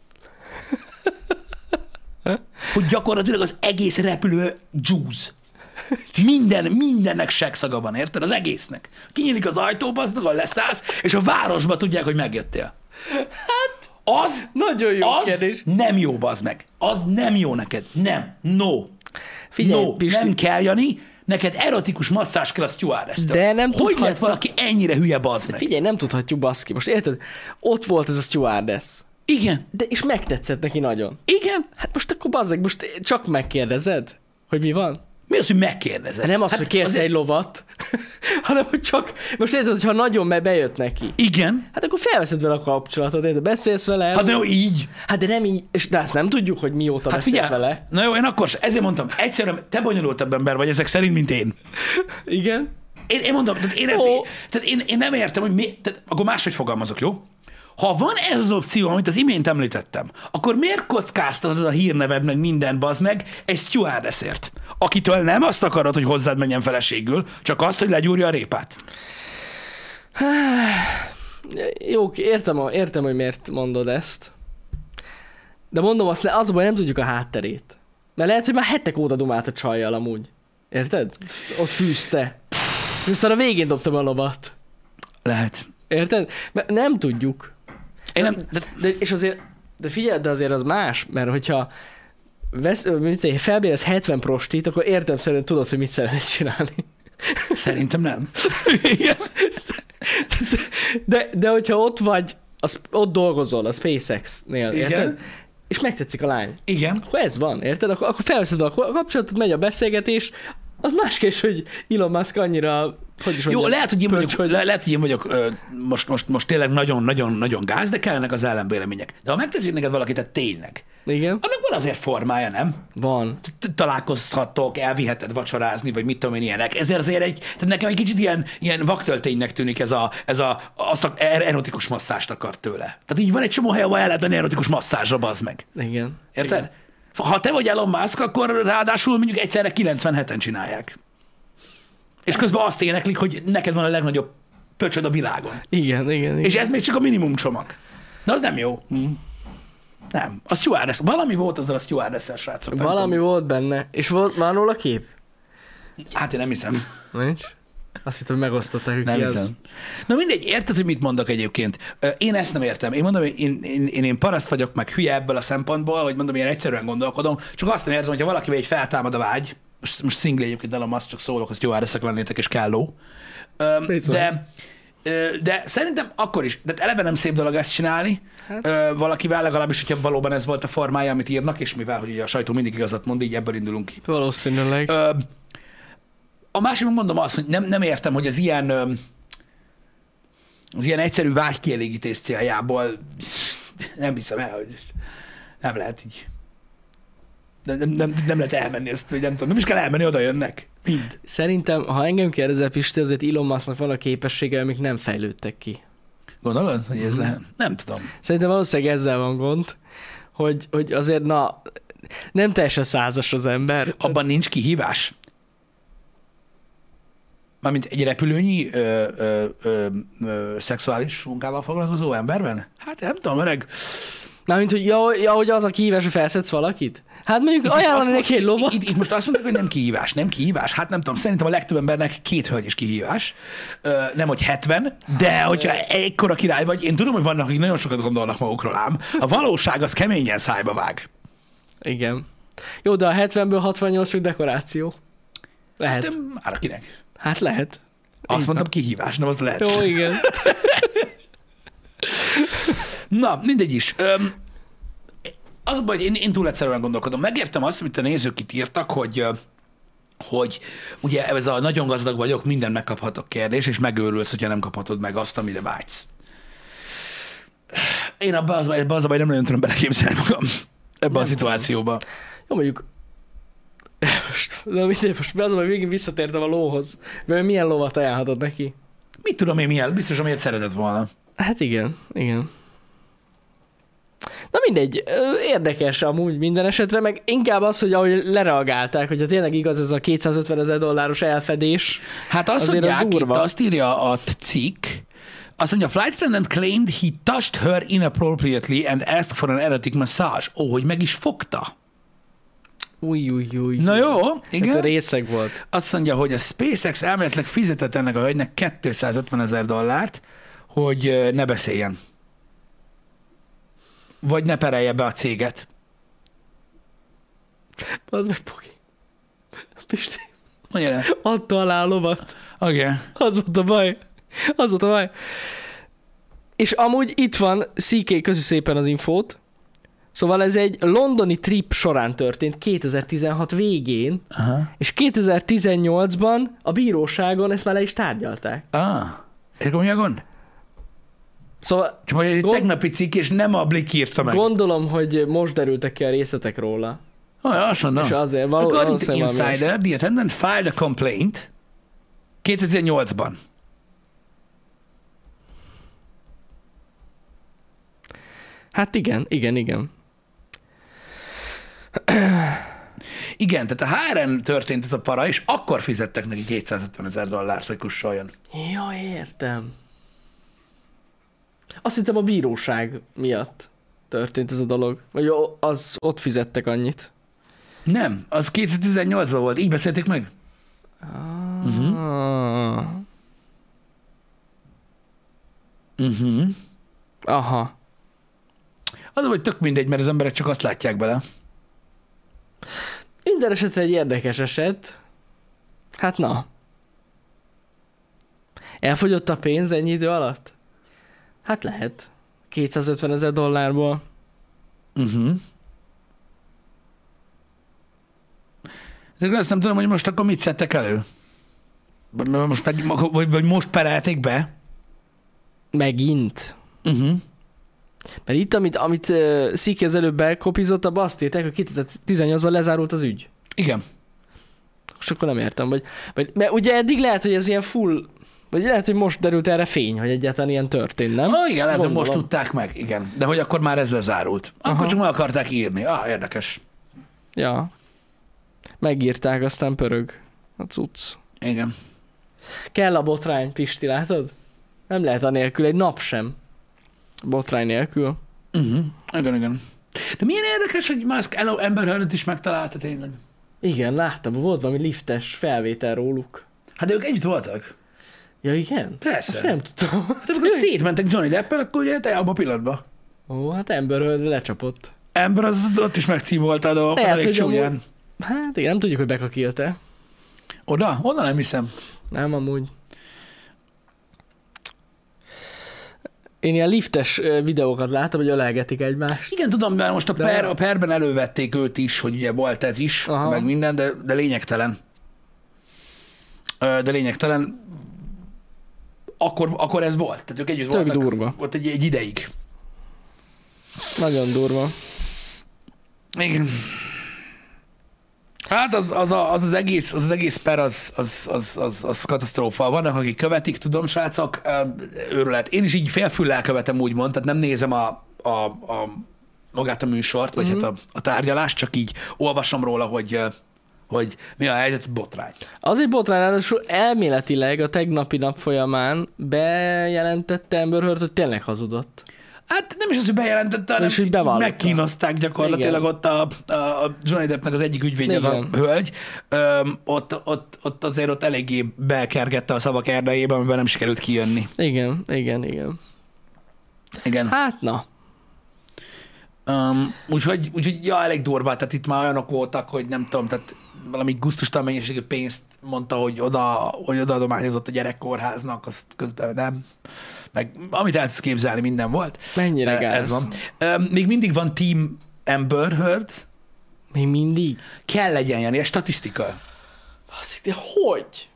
Hogy gyakorlatilag az egész repülő juice. Minden, mindennek segszaga van, érted? Az egésznek. Kinyílik az ajtóba, az meg a leszállsz, és a városba tudják, hogy megjöttél. Hát, az, Nagyon jó az kérdés. nem jó, bazd meg. Az nem jó neked. Nem. No. Figyelj, no, Pisti. nem kell, Jani. Neked erotikus masszázs kell a stewardess-től. De nem Hogy tudhatja- lett valaki ennyire hülye, bazd meg? Figyelj, nem tudhatjuk, baszki. Most érted? Ott volt ez a stewardess. Igen. De, és megtetszett neki nagyon. Igen. Hát most akkor bazzeg, most csak megkérdezed, hogy mi van? Mi az, hogy megkérdezed? Hát nem az, hát hogy kérsz azért- egy lovat, hanem hogy csak, most érted, hogyha nagyon me- bejött neki, Igen. hát akkor felveszed vele a kapcsolatot, érted? Beszélsz vele, Hát de jó, így. hát de nem így, és de ezt nem tudjuk, hogy mióta Hát beszélsz figyelj, vele. na jó, én akkor se- ezért mondtam, egyszerűen te bonyolultabb ember vagy ezek szerint, mint én. Igen? Én, én mondom, tehát én, ezt, Ó. tehát én, én nem értem, hogy mi, tehát akkor máshogy fogalmazok, jó? Ha van ez az opció, amit az imént említettem, akkor miért kockáztatod a hírneved meg minden, bazd meg, egy stewardessért, akitől nem azt akarod, hogy hozzád menjen feleségül, csak azt, hogy legyúrja a répát. Jó, értem, a- értem, hogy miért mondod ezt. De mondom, azt, az a baj, nem tudjuk a hátterét. Mert lehet, hogy már hetek óta dumált a csajjal amúgy. Érted? Ott fűzte. És aztán a végén dobtam a lovat. Lehet. Érted? Mert nem tudjuk. Én nem... De, de, és azért, de figyelj, de azért az más, mert hogyha vesz, mint felbérez hetven prostit, akkor értelemszerűen tudod, hogy mit szeretnél csinálni. Szerintem nem. Igen. De, de, de hogyha ott vagy, az, ott dolgozol a SpaceX-nél, Igen. érted? És megtetszik a lány. Igen. Akkor ez van, érted? Akkor, akkor felveszed a kapcsolatot, megy a beszélgetés, az más kérdés, hogy Elon Musk annyira, hogy is Jó, mondjam, lehet, hogy én pöcs, vagyok, hogy... le, lehet, hogy én vagyok ö, most, most, most tényleg nagyon-nagyon-nagyon gáz, de kellenek az ellenvélemények. De ha megteszik neked valakit, tehát tényleg, Igen? annak van azért formája, nem? Van. Találkozhattok, elviheted vacsorázni, vagy mit tudom én ilyenek. Ezért azért egy, tehát nekem egy kicsit ilyen, ilyen vaktölténynek tűnik ez a, ez a, azt a er- erotikus masszást akart tőle. Tehát így van egy csomó hely, ahol el lehet menni erotikus masszázsra, bazd meg. Igen. Érted? Igen. Ha te vagy Elon Musk, akkor ráadásul mondjuk egyszerre kilencvenheten csinálják. És közben azt éneklik, hogy neked van a legnagyobb pöcsöd a világon. Igen, igen, igen. És ez még csak a minimum csomag. De az nem jó. Hm. Nem. A stewardess. Valami volt azzal a stewardess-el, srácok. nem Valami tudom. volt benne. És volt, van róla kép? Hát én nem hiszem. Nincs? Azt hittem, hogy megosztották, hogy Nem ki hiszem. az. Na mindegy, érted, hogy mit mondok egyébként? Ö, Én ezt nem értem. Én mondom, hogy én, én, én, én paraszt vagyok, meg hülye ebből a szempontból, hogy mondom, ilyen egyszerűen gondolkodom. Csak azt nem értem, hogyha valakivel egy feltámad a vágy, most, most szingli egyébként Elon Musk, csak szólok, hogy stewardessek lennétek és kelló. Ö, Bizony. De, ö, de szerintem akkor is, de eleve nem szép dolog ezt csinálni, hát. Ö, valakivel legalábbis, hogyha valóban ez volt a formája, amit írnak, és mivel, hogy ugye a sajtó mindig igazat mond, így ebből indulunk ki. Valószínűleg. Ö, A másik, mondom azt, hogy nem, nem értem, hogy az ilyen, ö, az ilyen egyszerű vágykielégítés céljából nem hiszem el, hogy nem lehet így. Nem, nem, nem, nem lehet elmenni ezt, vagy nem tudom. Nem is kell elmenni, oda jönnek. Mind. Szerintem, ha engem kérdezel, Pisti, azért Elon Musknak van a képessége, amik nem fejlődtek ki. Gondolod, hogy ez Mhm. lehet? Nem tudom. Szerintem valószínűleg ezzel van gond, hogy, hogy azért, na, nem teljesen százas az ember. Abban nincs kihívás. Mármint egy repülőnyi ö, ö, ö, ö, szexuális munkával foglalkozó emberben? Hát nem tudom, öreg. Mármint, hogy ja, ja, hogy az a kihívás, hogy felszedsz valakit? Hát mondjuk Itt ajánlani azt neki egy mond- lovat. Itt, itt most azt mondják, hogy nem kihívás. Nem kihívás. Hát nem tudom, szerintem a legtöbb embernek két hölgy is kihívás. Ö, nem, hogy hetven, de hogyha ekkora király vagy, én tudom, hogy vannak, akik nagyon sokat gondolnak magukról ám. A valóság az keményen szájba vág. Igen. Jó, de a hetvenből hatvannyolc csak dekoráció. Lehet. De már akinek. Hát lehet. Azt Így mondtam kihívás, nem az lehet. van. Jó, igen. Na, mindegy is. Öm, az a baj, hogy én, én túl egyszerűen gondolkodom. Megértem azt, amit a nézők itt írtak, hogy, ö, hogy ugye ez a nagyon gazdag vagyok, minden megkaphatok kérdés, és megőrülsz, hogyha nem kaphatod meg azt, amire vágysz. Én abban az, ebbe az a baj, nem nagyon tudom beleképzelni magam ebbe Nem a szituációba. Jó, mondjuk, most, de mindegy, most az, hogy végig visszatértem a lóhoz. Mert milyen lovat ajánlhatod neki? Mit tudom én milyen? Biztos, amilyet szeretett volna. Hát igen, igen. Na mindegy, ö, érdekes amúgy minden esetre, meg inkább az, hogy ahogy lereagálták, hogyha tényleg igaz ez a kétszázötven ezer dolláros elfedés. Hát azt Azért az mondják, itt durva. azt írja a cikk, azt mondja, a flight attendant claimed he touched her inappropriately and asked for an erotic massage. Ó, hogy meg is fogta. Új, új, új. Na jó, Igen? igen. Hát a részeg volt. Azt mondja, hogy a SpaceX elméletileg fizetett ennek a hölgynek kétszázötven ezer dollárt, hogy ö, ne beszéljen. Vagy ne perelje be a céget. Az meg Pogi. Pisti, Mondja le. adta alá a lovat. Oké. Okay. Az volt a baj. Az volt a baj. És amúgy itt van, cé ká, köszi szépen az infót. Szóval ez egy londoni trip során történt kétezer-tizenhat végén, Aha. és kétezer-tizennyolcban a bíróságon ezt már le is tárgyalták. Ah. És akkor mi a gond? Szóval Csak hogy ez egy Gond- tegnapi cikk, és nem a Blick írta meg. gondolom, hogy most derültek ki a részletek róla. Ah, azt mondom. És azért való- According to valószínűleg valami Insider, the attendant filed a complaint kétezer-nyolcban. Hát igen, igen, igen. Igen, tehát a há er en történt ez a para, és akkor fizettek neki kétszázötven ezer dollárt, hogy kussoljon. Ja, értem. Azt hittem a bíróság miatt történt ez a dolog. Vagy o- az ott fizettek annyit. Nem, az kétezer-tizennyolcban volt. Így beszélték meg? Ah. Uh-huh. Uh-huh. Aha. Az, hogy tök mindegy, mert az emberek csak azt látják bele. Minden esetre egy érdekes eset. Hát na. Elfogyott a pénz ennyi idő alatt? Hát lehet. kétszázötven ezer dollárból. Uh-huh. De azt nem tudom, hogy most akkor mit szedtek elő. Vagy most, meg, vagy, vagy most perelték be. Megint. Uh-huh. Mert itt, amit, amit uh, Sziki az előbb bekopizott, abba azt írták, hogy kétezer-tizennyolcban lezárult az ügy. Igen. És akkor nem értem, vagy, vagy, mert ugye eddig lehet, hogy ez ilyen full, vagy lehet, hogy most derült erre fény, hogy egyáltalán ilyen történt, nem? Ah, igen, lehet, hogy most Gondolom. tudták meg, igen. De hogy akkor már ez lezárult. Akkor Aha. csak meg akarták írni. Ah, érdekes. Ja. Megírták, aztán pörög a cucc. Igen. Kell a botrány, Pisti, látod? Nem lehet anélkül, egy nap sem. Botrány nélkül. Uh-huh. Igen, igen. De milyen érdekes, hogy Musk Amber Heard-et is megtalálta tényleg. Igen, láttam, volt valami liftes felvétel róluk. Hát de ők együtt voltak. Ja, igen? Persze. Azt nem tudtam. De amikor szétmentek Johnny Deppel, akkor ugye te abban a pillanatban. Ó, hát Amber Heard lecsapott. Amber az ott is megcímolta a dolgokat Lehet, elég hogy csúnyán. amúgy- Hát igen, nem tudjuk, hogy bekakilt-e. Oda? Oda nem hiszem. Nem, amúgy. Én ilyen liftes ö, videókat láttam, hogy ölelgetik egymást. Igen, tudom, mert most a, De- per, a perben elővették őt is, hogy ugye volt ez is, Aha. meg minden, de, de lényegtelen. Ö, De lényegtelen. Akkor, akkor ez volt. Tehát ők együtt Tök voltak. durva. Volt egy, egy ideig. Nagyon durva. Igen. Hát az az, a, az, az, egész, az, az egész per, az, az, az, az, az katasztrófa. Vannak, akik követik, tudom, srácok, ö, őrület. Én is így félfüllel követem, úgymond, tehát nem nézem a, a, a magát a műsort, vagy Mhm. hát a, a tárgyalást, csak így olvasom róla, hogy, ö, hogy mi a helyzet, botrány. Az egy botrány, ráadásul elméletileg a tegnapi nap folyamán bejelentette Amber Heard, hogy tényleg hazudott. Hát nem is az, hogy bejelentette, hanem És hogy így bevallotta. megkínozták gyakorlatilag. Igen. ott a, a Johnny Deppnek az egyik ügyvédje, az a Igen. hölgy. Öm, ott, ott, ott azért ott eléggé bekergette a szavak erdejébe, amiben nem sikerült kijönni. Igen, igen, igen. Igen. Hát na. Um, úgyhogy, úgyhogy, ja, elég durva, tehát itt már olyanok voltak, hogy nem tudom, tehát valami gusztustalan mennyiségű pénzt mondta, hogy oda, hogy oda adományozott a gyerekkórháznak, azt közben nem. Meg amit el tudsz képzelni, minden volt. Mennyire Eh, gáz. Ez van. Um, még mindig van Team Amber Heard. Még mindig? Kell legyen, Jani, ez statisztika. Azt, de hogy?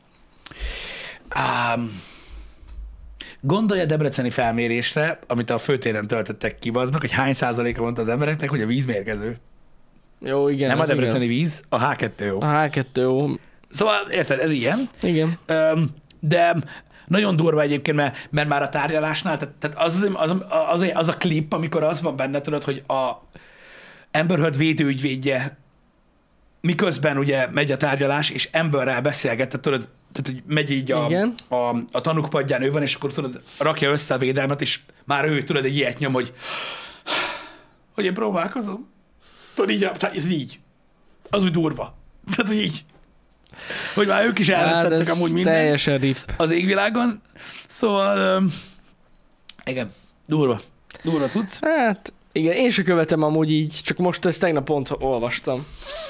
Um, gondolj a debreceni felmérésre, amit a főtéren töltöttek ki, az meg, hogy hány százaléka mondta az embereknek, hogy a víz mérgező. Jó, igen. Nem a ez debreceni igaz. víz, a há kettő ó. A há kettő jó. Szóval, érted, ez ilyen. Igen. Um, de nagyon durva egyébként, mert, mert már a tárgyalásnál, tehát, tehát az, az, az, az, az a klip, amikor az van benne, tudod, hogy a Amber Heard védőügyvédje miközben ugye megy a tárgyalás, és Amberrel beszélget, tehát tudod, tehát, hogy megy így a, Igen. a, a tanúkpadján, ő van, és akkor tudod, rakja össze a védelmet, és már ő tudod, egy ilyet nyom, hogy hogy én próbálkozom. Tudod, így, tehát így. Az úgy durva. Tehát, hogy így. Hogy már ők is elvesztettek ez amúgy mindent teljesen rip. az égvilágon. Szóval, um, igen, durva. Durva cucc. Hát, igen, én se követem amúgy így, csak most ezt tegnap pont olvastam.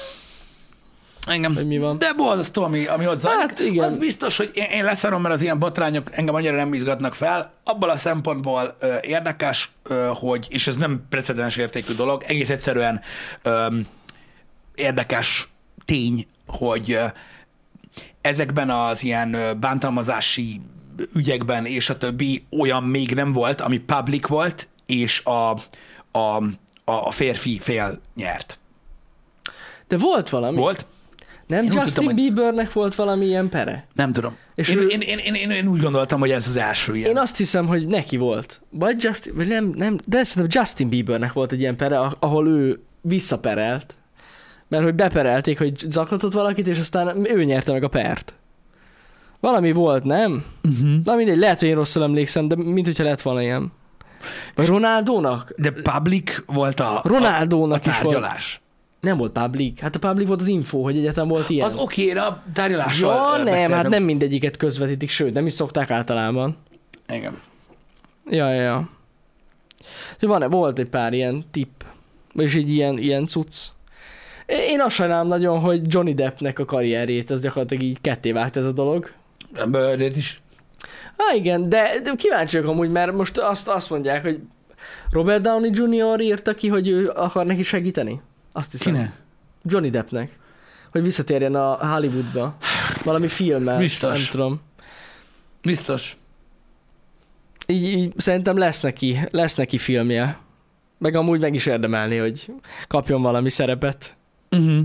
Engem. Hogy mi van. De borzasztó, ami, ami ott zajlik. Hát igen. Az biztos, hogy én, én leszarom, mert az ilyen botrányok engem annyira nem izgatnak fel. Abban a szempontból ö, érdekes, ö, hogy, és ez nem precedens értékű dolog, egész egyszerűen ö, érdekes tény, hogy ö, ezekben az ilyen ö, bántalmazási ügyekben és a többi olyan még nem volt, ami public volt, és a, a, a férfi fél nyert. De volt valami. Volt? Nem Én úgy Justin tudtam, hogy- Biebernek volt valami ilyen pere? Nem tudom. És Én, ő- én, én, én, én, én úgy gondoltam, hogy ez az első ilyen. Én azt hiszem, hogy neki volt. Vagy Justin, vagy nem, nem, de szerintem Justin Biebernek volt egy ilyen pere, ah- ahol ő visszaperelt. Mert hogy beperelték, hogy zaklatott valakit, és aztán ő nyerte meg a pert. Valami volt, nem? Uh-huh. Na mindegy, lehet, hogy én rosszul emlékszem, de mint hogyha lett volna ilyen. Vagy Ronaldónak? De public volt a, Ronaldónak a is volt. tárgyalás. Nem volt public. Hát a public volt az info, hogy egyetem volt ilyen. Az oké, okay, a tárgyalással Ja, nem, beszéltem. hát nem mindegyiket közvetítik, sőt, nem is szokták általában. Igen. Ja, ja, ja. Van, volt egy pár ilyen tipp, és így ilyen, ilyen cucc. Én azt sajnálom nagyon, hogy Johnny Deppnek a karrierjét, az gyakorlatilag így ketté vágt ez a dolog. Bird is. Há, igen, de, de kíváncsi vagyok amúgy, mert most azt, azt mondják, hogy Robert Downey junior írta ki, hogy ő akar neki segíteni. Azt hiszem. Kinek? Johnny Deppnek. Hogy visszatérjen a Hollywoodba. Valami filmmel. Biztos. Nem tudom. Biztos. Így, így szerintem lesz neki, lesz neki filmje. Meg amúgy meg is érdemelni, hogy kapjon valami szerepet. Uh-huh.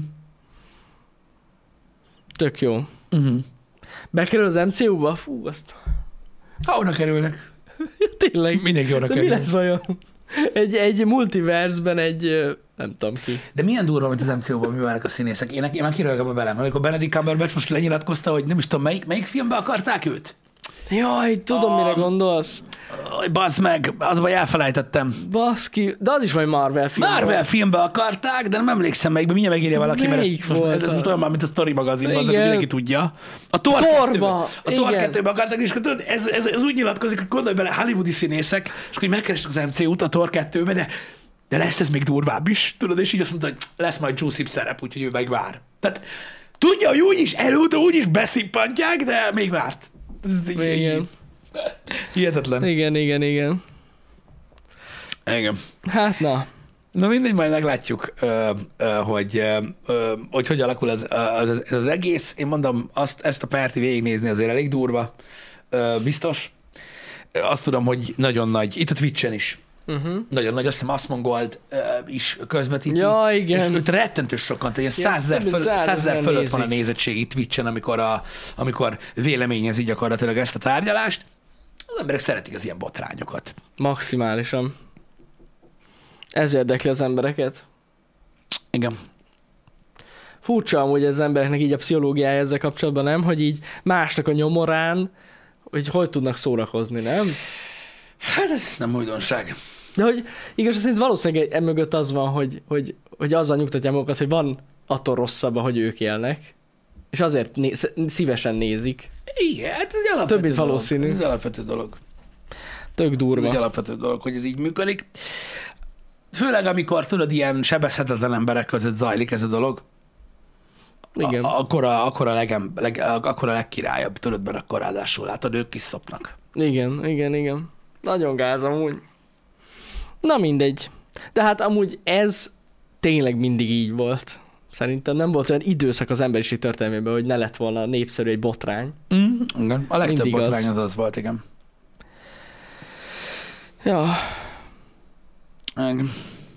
Tök jó. Uh-huh. Bekerül az em cé u-ba? Fú, azt... Ha oda kerülnek. Tényleg. Mindenki oda De kerül. mi lesz vajon? Egy, egy multiversben egy... ö, nem tudom ki. De milyen durva, mint az em cé u-ban mi vannak a színészek. Én, én már kirögöm a velem. Amikor Benedict Cumberbatch most lenyilatkozta, hogy nem is tudom, melyik, melyik filmbe akarták őt? Jaj, tudom, A- mire gondolsz. Aj, bazd meg, az baj, elfelejtettem. Baszki, de az is majd Marvel film. Marvel filmbe akarták, de nem emlékszem melyikbe, mindjárt megírja valaki, mert Melyik ez most, volt ez, ez most az? olyan már, mint a Story magazinban, az, Igen. amit mindenki tudja. A Thor Thorba, kettőbe, a Thor igen. kettőbe akarták, és akkor tudod, ez, ez, ez úgy nyilatkozik, hogy gondolj bele, hollywoodi színészek, és akkor így megkerestük az em cé u-t a Thor kettőbe, de, de lesz ez még durvább is, tudod, és így azt mondta, hogy lesz majd juicy szerep, úgyhogy ő meg vár. Tehát tudja, hogy úgyis előtt, úgyis beszippantják, de még várt. Ez így, Igen. hihetetlen. Igen, igen, igen. Igen. Hát na. Na mindegy, majd meglátjuk, ö, ö, hogy, ö, ö, hogy hogy alakul ez, az, az, ez az egész. Én mondom, azt, ezt a párti végignézni azért elég durva, ö, biztos. Azt tudom, hogy nagyon nagy, itt a Twitch-en is, Uh-huh. nagyon nagy, azt hiszem Asmongold ö, is közvetíti. Ja, igen. És őt rettentő sokan, tehát ilyen Ja, százezer több mint fölött, százezren százezer fölött van a nézik. nézettség itt Twitch-en, amikor, a, amikor véleményezi gyakorlatilag ezt a tárgyalást. Az emberek szeretik az ilyen botrányokat. Maximálisan. Ez érdekli az embereket. Igen. Furcsa amúgy az embereknek így a pszichológiája ezzel kapcsolatban, nem? Hogy így másnak a nyomorán, hogy hogy tudnak szórakozni, nem? Hát ez nem újdonság. De hogy igaz szerint valószínűleg emögött az van, hogy, hogy, hogy azzal nyugtatják magukat, hogy van attól rosszabb, hogy ők élnek, és azért né- szívesen nézik. Igen, hát ez egy alapvető Több mint dolog. valószínű. Ez egy alapvető dolog. Tök Ez egy durva. alapvető dolog, hogy ez így működik. Főleg, amikor tudod, ilyen sebezhetetlen emberek között zajlik ez a dolog, Igen. a- akkor a, akkor a, legem, leg, akkor a legkirályabb, tudod, mert akkor ráadásul látod, ők is szopnak. Igen, igen, igen. Nagyon gáz amúgy. Na mindegy. De hát amúgy ez tényleg mindig így volt. Szerintem nem volt olyan időszak az emberiség történelmében, hogy ne lett volna népszerű egy botrány. Mm, igen. A legtöbb Mindig az. botrány az az volt, igen. Ja, Igen.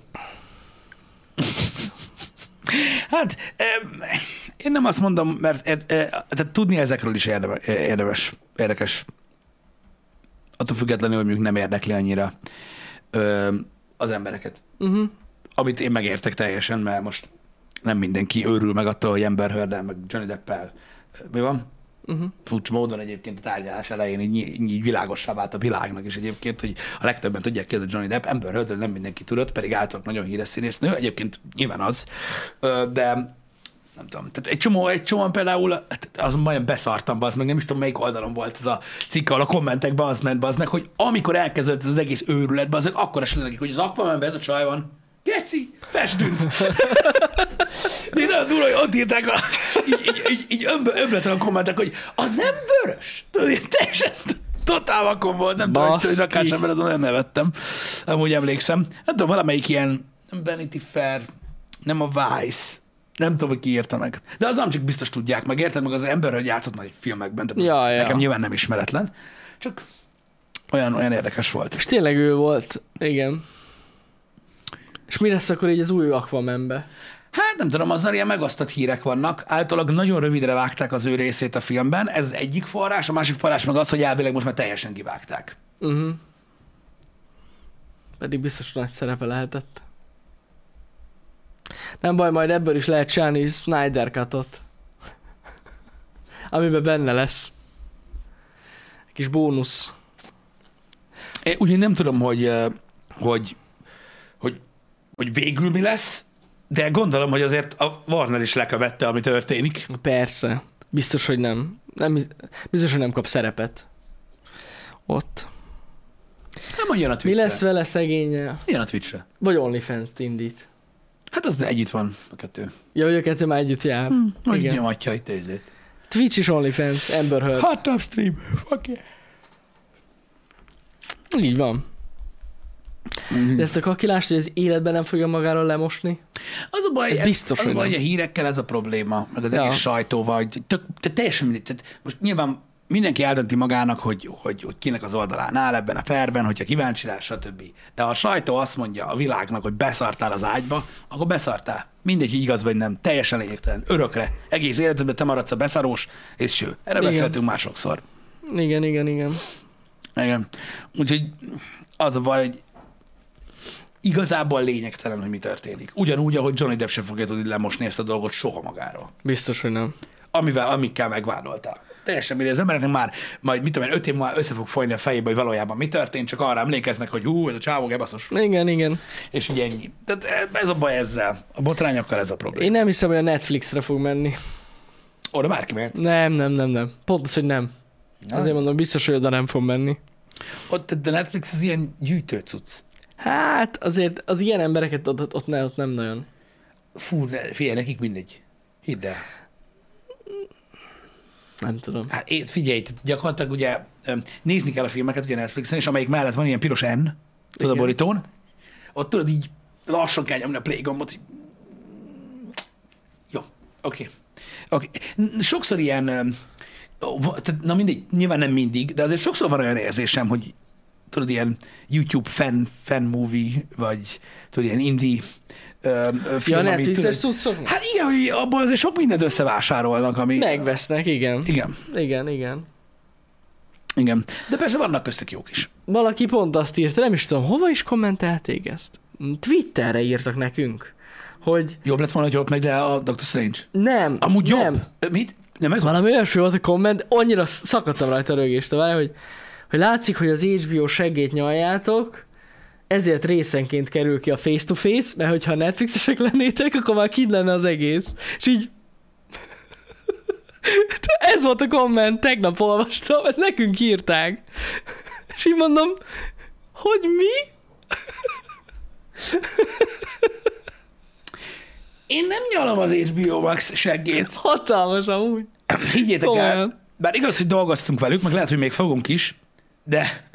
Hát, em, én nem azt mondom, mert e, e, tehát tudni ezekről is érdemes, érdemes, érdekes. Attól függetlenül, hogy mondjuk nem érdekli annyira ö, az embereket. uh-huh. Amit én megértek teljesen, mert most nem mindenki őrül meg attól, hogy Amber Heard-el, meg Johnny Deppel. Mi van? Uh-huh. Furcsa módon egyébként a tárgyalás elején így, így, így világossá vált a világnak is egyébként, hogy a legtöbben tudják ki, ez a Johnny Depp. Amber Heard nem mindenki tudott, pedig általában nagyon híres színésznő, egyébként nyilván az, Ö, de nem tudom, tehát egy csomó, egy csomó például, hát azon majdnem beszartam, az meg nem is tudom, melyik oldalon volt ez a cikk, ahol a kommentekben az ment, az meg, hogy amikor elkezdődött ez az egész őrület, az akkor esetleg nekik, hogy az Aquamanben ez a csaj van, geci, festünk. De én nagyon durva, hogy ott írták a, így, így, így, így ömb- ömbletlen a kommentek, hogy az nem vörös. Tudod, ilyen teljesen totál vakon volt, nem tudom, hogy rakássam, mert azon olyan nevettem. Amúgy emlékszem. Nem tudom, valamelyik ilyen, nem Vanity Fair, nem a Vice, nem tudom, hogy ki írta meg. De az nem csak biztos tudják meg, érted? Meg az ember, hogy játszott nagy filmekben. Tehát Ja, ja. nekem nyilván nem ismeretlen. Csak olyan, olyan érdekes volt. És tényleg ő volt, igen. És mi lesz akkor így az új Aquamanbe? Hát nem tudom, azzal ilyen megosztott hírek vannak. Általában nagyon rövidre vágták az ő részét a filmben. Ez az egyik forrás, a másik forrás meg az, hogy elvileg most már teljesen kivágták. Uh-huh. Pedig biztos nagy szerepe lehetett. Nem baj, majd ebből is lehet csinálni Snyder Cut-ot. Amiben benne lesz. Egy kis bónusz. Én úgy nem tudom, hogy, eh, hogy, hogy, hogy végül mi lesz, de gondolom, hogy azért a Warner is lekövette, ami történik. Persze. Biztos, hogy nem. nem biztos, hogy nem kap szerepet. Ott. Nem mondjon a Mi Twitchre. lesz vele szegénye? Jön a Twitchre. Vagy OnlyFans-t indít. Hát az együtt van a kettő. Ja, hogy a kettő már együtt jár. Hmm, Hogy Igen. nyomatja itt ezért. Twitch is OnlyFans, Amber Heard. Hot tub stream. Fuck yeah. Így van. Mm. De ezt a kakilást, hogy az életben nem fogja magáról lemosni? Az a baj, Ez ez biztos, az a hogy baj, nem. hogy a hírekkel ez a probléma, meg az Ja. egész sajtóval, hogy tök, te teljesen mindegy. Tehát most nyilván mindenki eldönti magának, hogy, hogy, hogy kinek az oldalán áll ebben a perben, hogyha kíváncsi rá, stb. De ha a sajtó azt mondja a világnak, hogy beszartál az ágyba, akkor beszartál. Mindegy, hogy igaz vagy nem. Teljesen lényegtelen. Örökre. Egész életedben te maradsz a beszarós, és ső. Erre Igen. beszéltünk már sokszor. Igen, igen, igen. Igen. Úgyhogy az a baj, hogy igazából lényegtelen, hogy mi történik. Ugyanúgy, ahogy Johnny Depp sem fogja tudni lemosni ezt a dolgot soha magáról. Biztos, hogy nem. Amivel, amikkel megvádolta. Teljesen mindegy, az embereknek már majd, mit tudom én, öt év múlva össze fog folyni a fejébe, hogy valójában mi történt, csak arra emlékeznek, hogy hú, ez a csávó gebaszos. Igen, igen. És így ennyi. Tehát ez a baj ezzel. A botrányokkal ez a probléma. Én nem hiszem, hogy a Netflixre fog menni. Oda bárki mehet. Nem, nem, nem, nem. Pont az, hogy nem. Na. Azért mondom, biztos, hogy oda nem fog menni. Ott, de Netflix az ilyen gyűjtő cucc. Hát azért az ilyen embereket ott, ott, ott, ne, ott nem nagyon. Fú, ne, figyelj, nekik mindegy. Hidd el. Nem tudom. Hát én, figyelj, tehát gyakorlatilag ugye öm, nézni kell a filmeket ugye Netflixen, és amelyik mellett van ilyen piros N, tudod a Igen. borítón, ott tudod így lassan kell nyomni a play gombot. Így... Jó, oké. Okay. Okay. Sokszor ilyen, öm, va- tehát, na mindegy, nyilván nem mindig, de azért sokszor van olyan érzésem, hogy tudod, ilyen YouTube fan, fan movie, vagy tudod, ilyen indie öm, ö, Ja, film, amit Netflixes tudod- cuccok? Hát igen, hogy abból azért sok mindent összevásárolnak, ami... Megvesznek, igen. Igen, Igen, igen. igen. De persze vannak köztük jók is. Valaki pont azt írta, nem is tudom, hova is kommentelték ezt? Twitterre írtak nekünk, hogy Jobb lett volna, hogy jobb meg, de a doktor Strange. nem, Amúgy jobb. nem. Ö, Mit? Nem ez van? Valami olyasmi volt a komment, annyira szakadtam rajta a rögéstől, várj, hogy, hogy látszik, hogy az há bé o seggét nyaljátok, ezért részenként kerül ki a face-to-face, mert hogyha Netflixesek lennétek, akkor már kint lenne az egész. És így... Ez volt a komment, tegnap olvastam, ezt nekünk írták. És így mondom, hogy mi? Én nem nyalom az há bé o Max seggét. Hatalmas amúgy. Higgyétek el, Komolyan. bár igaz, hogy dolgoztunk velük, meg lehet, hogy még fogunk is, de...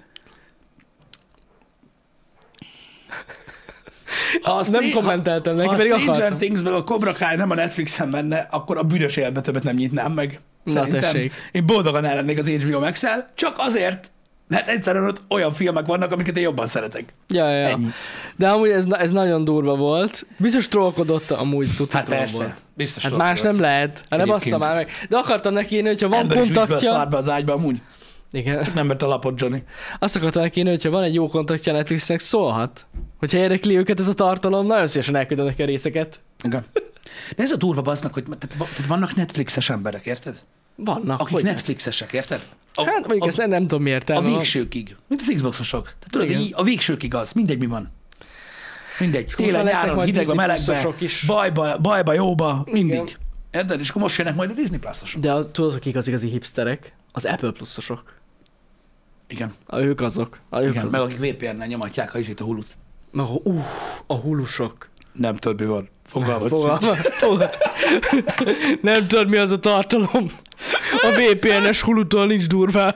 Ha a Nem Stra- kommenteltem neki, ha, ha pedig a Stranger akartam. Things meg a Cobra Kai nem a Netflixen menne, akkor a büdös életbe többet nem nyitnám meg. Na, Szerintem tessék. én boldogan ellennék az há bé o Max-el, csak azért, mert egyszerűen ott olyan filmek vannak, amiket én jobban szeretek. Ja, ja, ja. Ennyi. De amúgy ez, ez nagyon durva volt. Biztos trollkodott amúgy, tudta Hát persze, biztos. Hát ott más volt. nem lehet. Hát ne bassza Egyébként. már meg. De akartam neki írni, hogyha van Ember is ügybe a kontaktja... szárba az ágyba amúgy. Igen. Nem vett a lapot, Johnny. Azt akartam neki írni, hogyha van egy jó kontaktja Netflixnek, szólhat. Hogyha érdekli őket ez a tartalom, nagyon szívesen elküldöm neki a részeket. Igen. De ez a durva, bazd meg, hogy tehát, tehát vannak Netflixes emberek, érted? Vannak, Akik hogy ne. Netflixesek, érted? A, Hát mondjuk a, ezt nem, nem tudom miért. a végsőkig. Mint az Xboxosok. Tehát tudod, Igen. így, a végsőkig az. Mindegy, mi van. Mindegy. most Télen, már lesznek nyáron, majd hidegbe, Disney melegbe, pluszosok is. bajba, bajba, jóba, mindig. Igen. Érted? És akkor most jönnek majd a Disney pluszosok. De az, tudod, akik az igazi hipsterek? Az Apple pluszosok. Igen. A, ők azok. A, ők Igen. azok. Meg akik vé pé en-nel nyomatják a izét a hulut. Meg a, uh, a hulusok. Nem tudod, mi van. Fogalmat. Fogalma, fogalma. Nem tudod, mi az a tartalom. A vé pé en-es hulutól nincs durvább.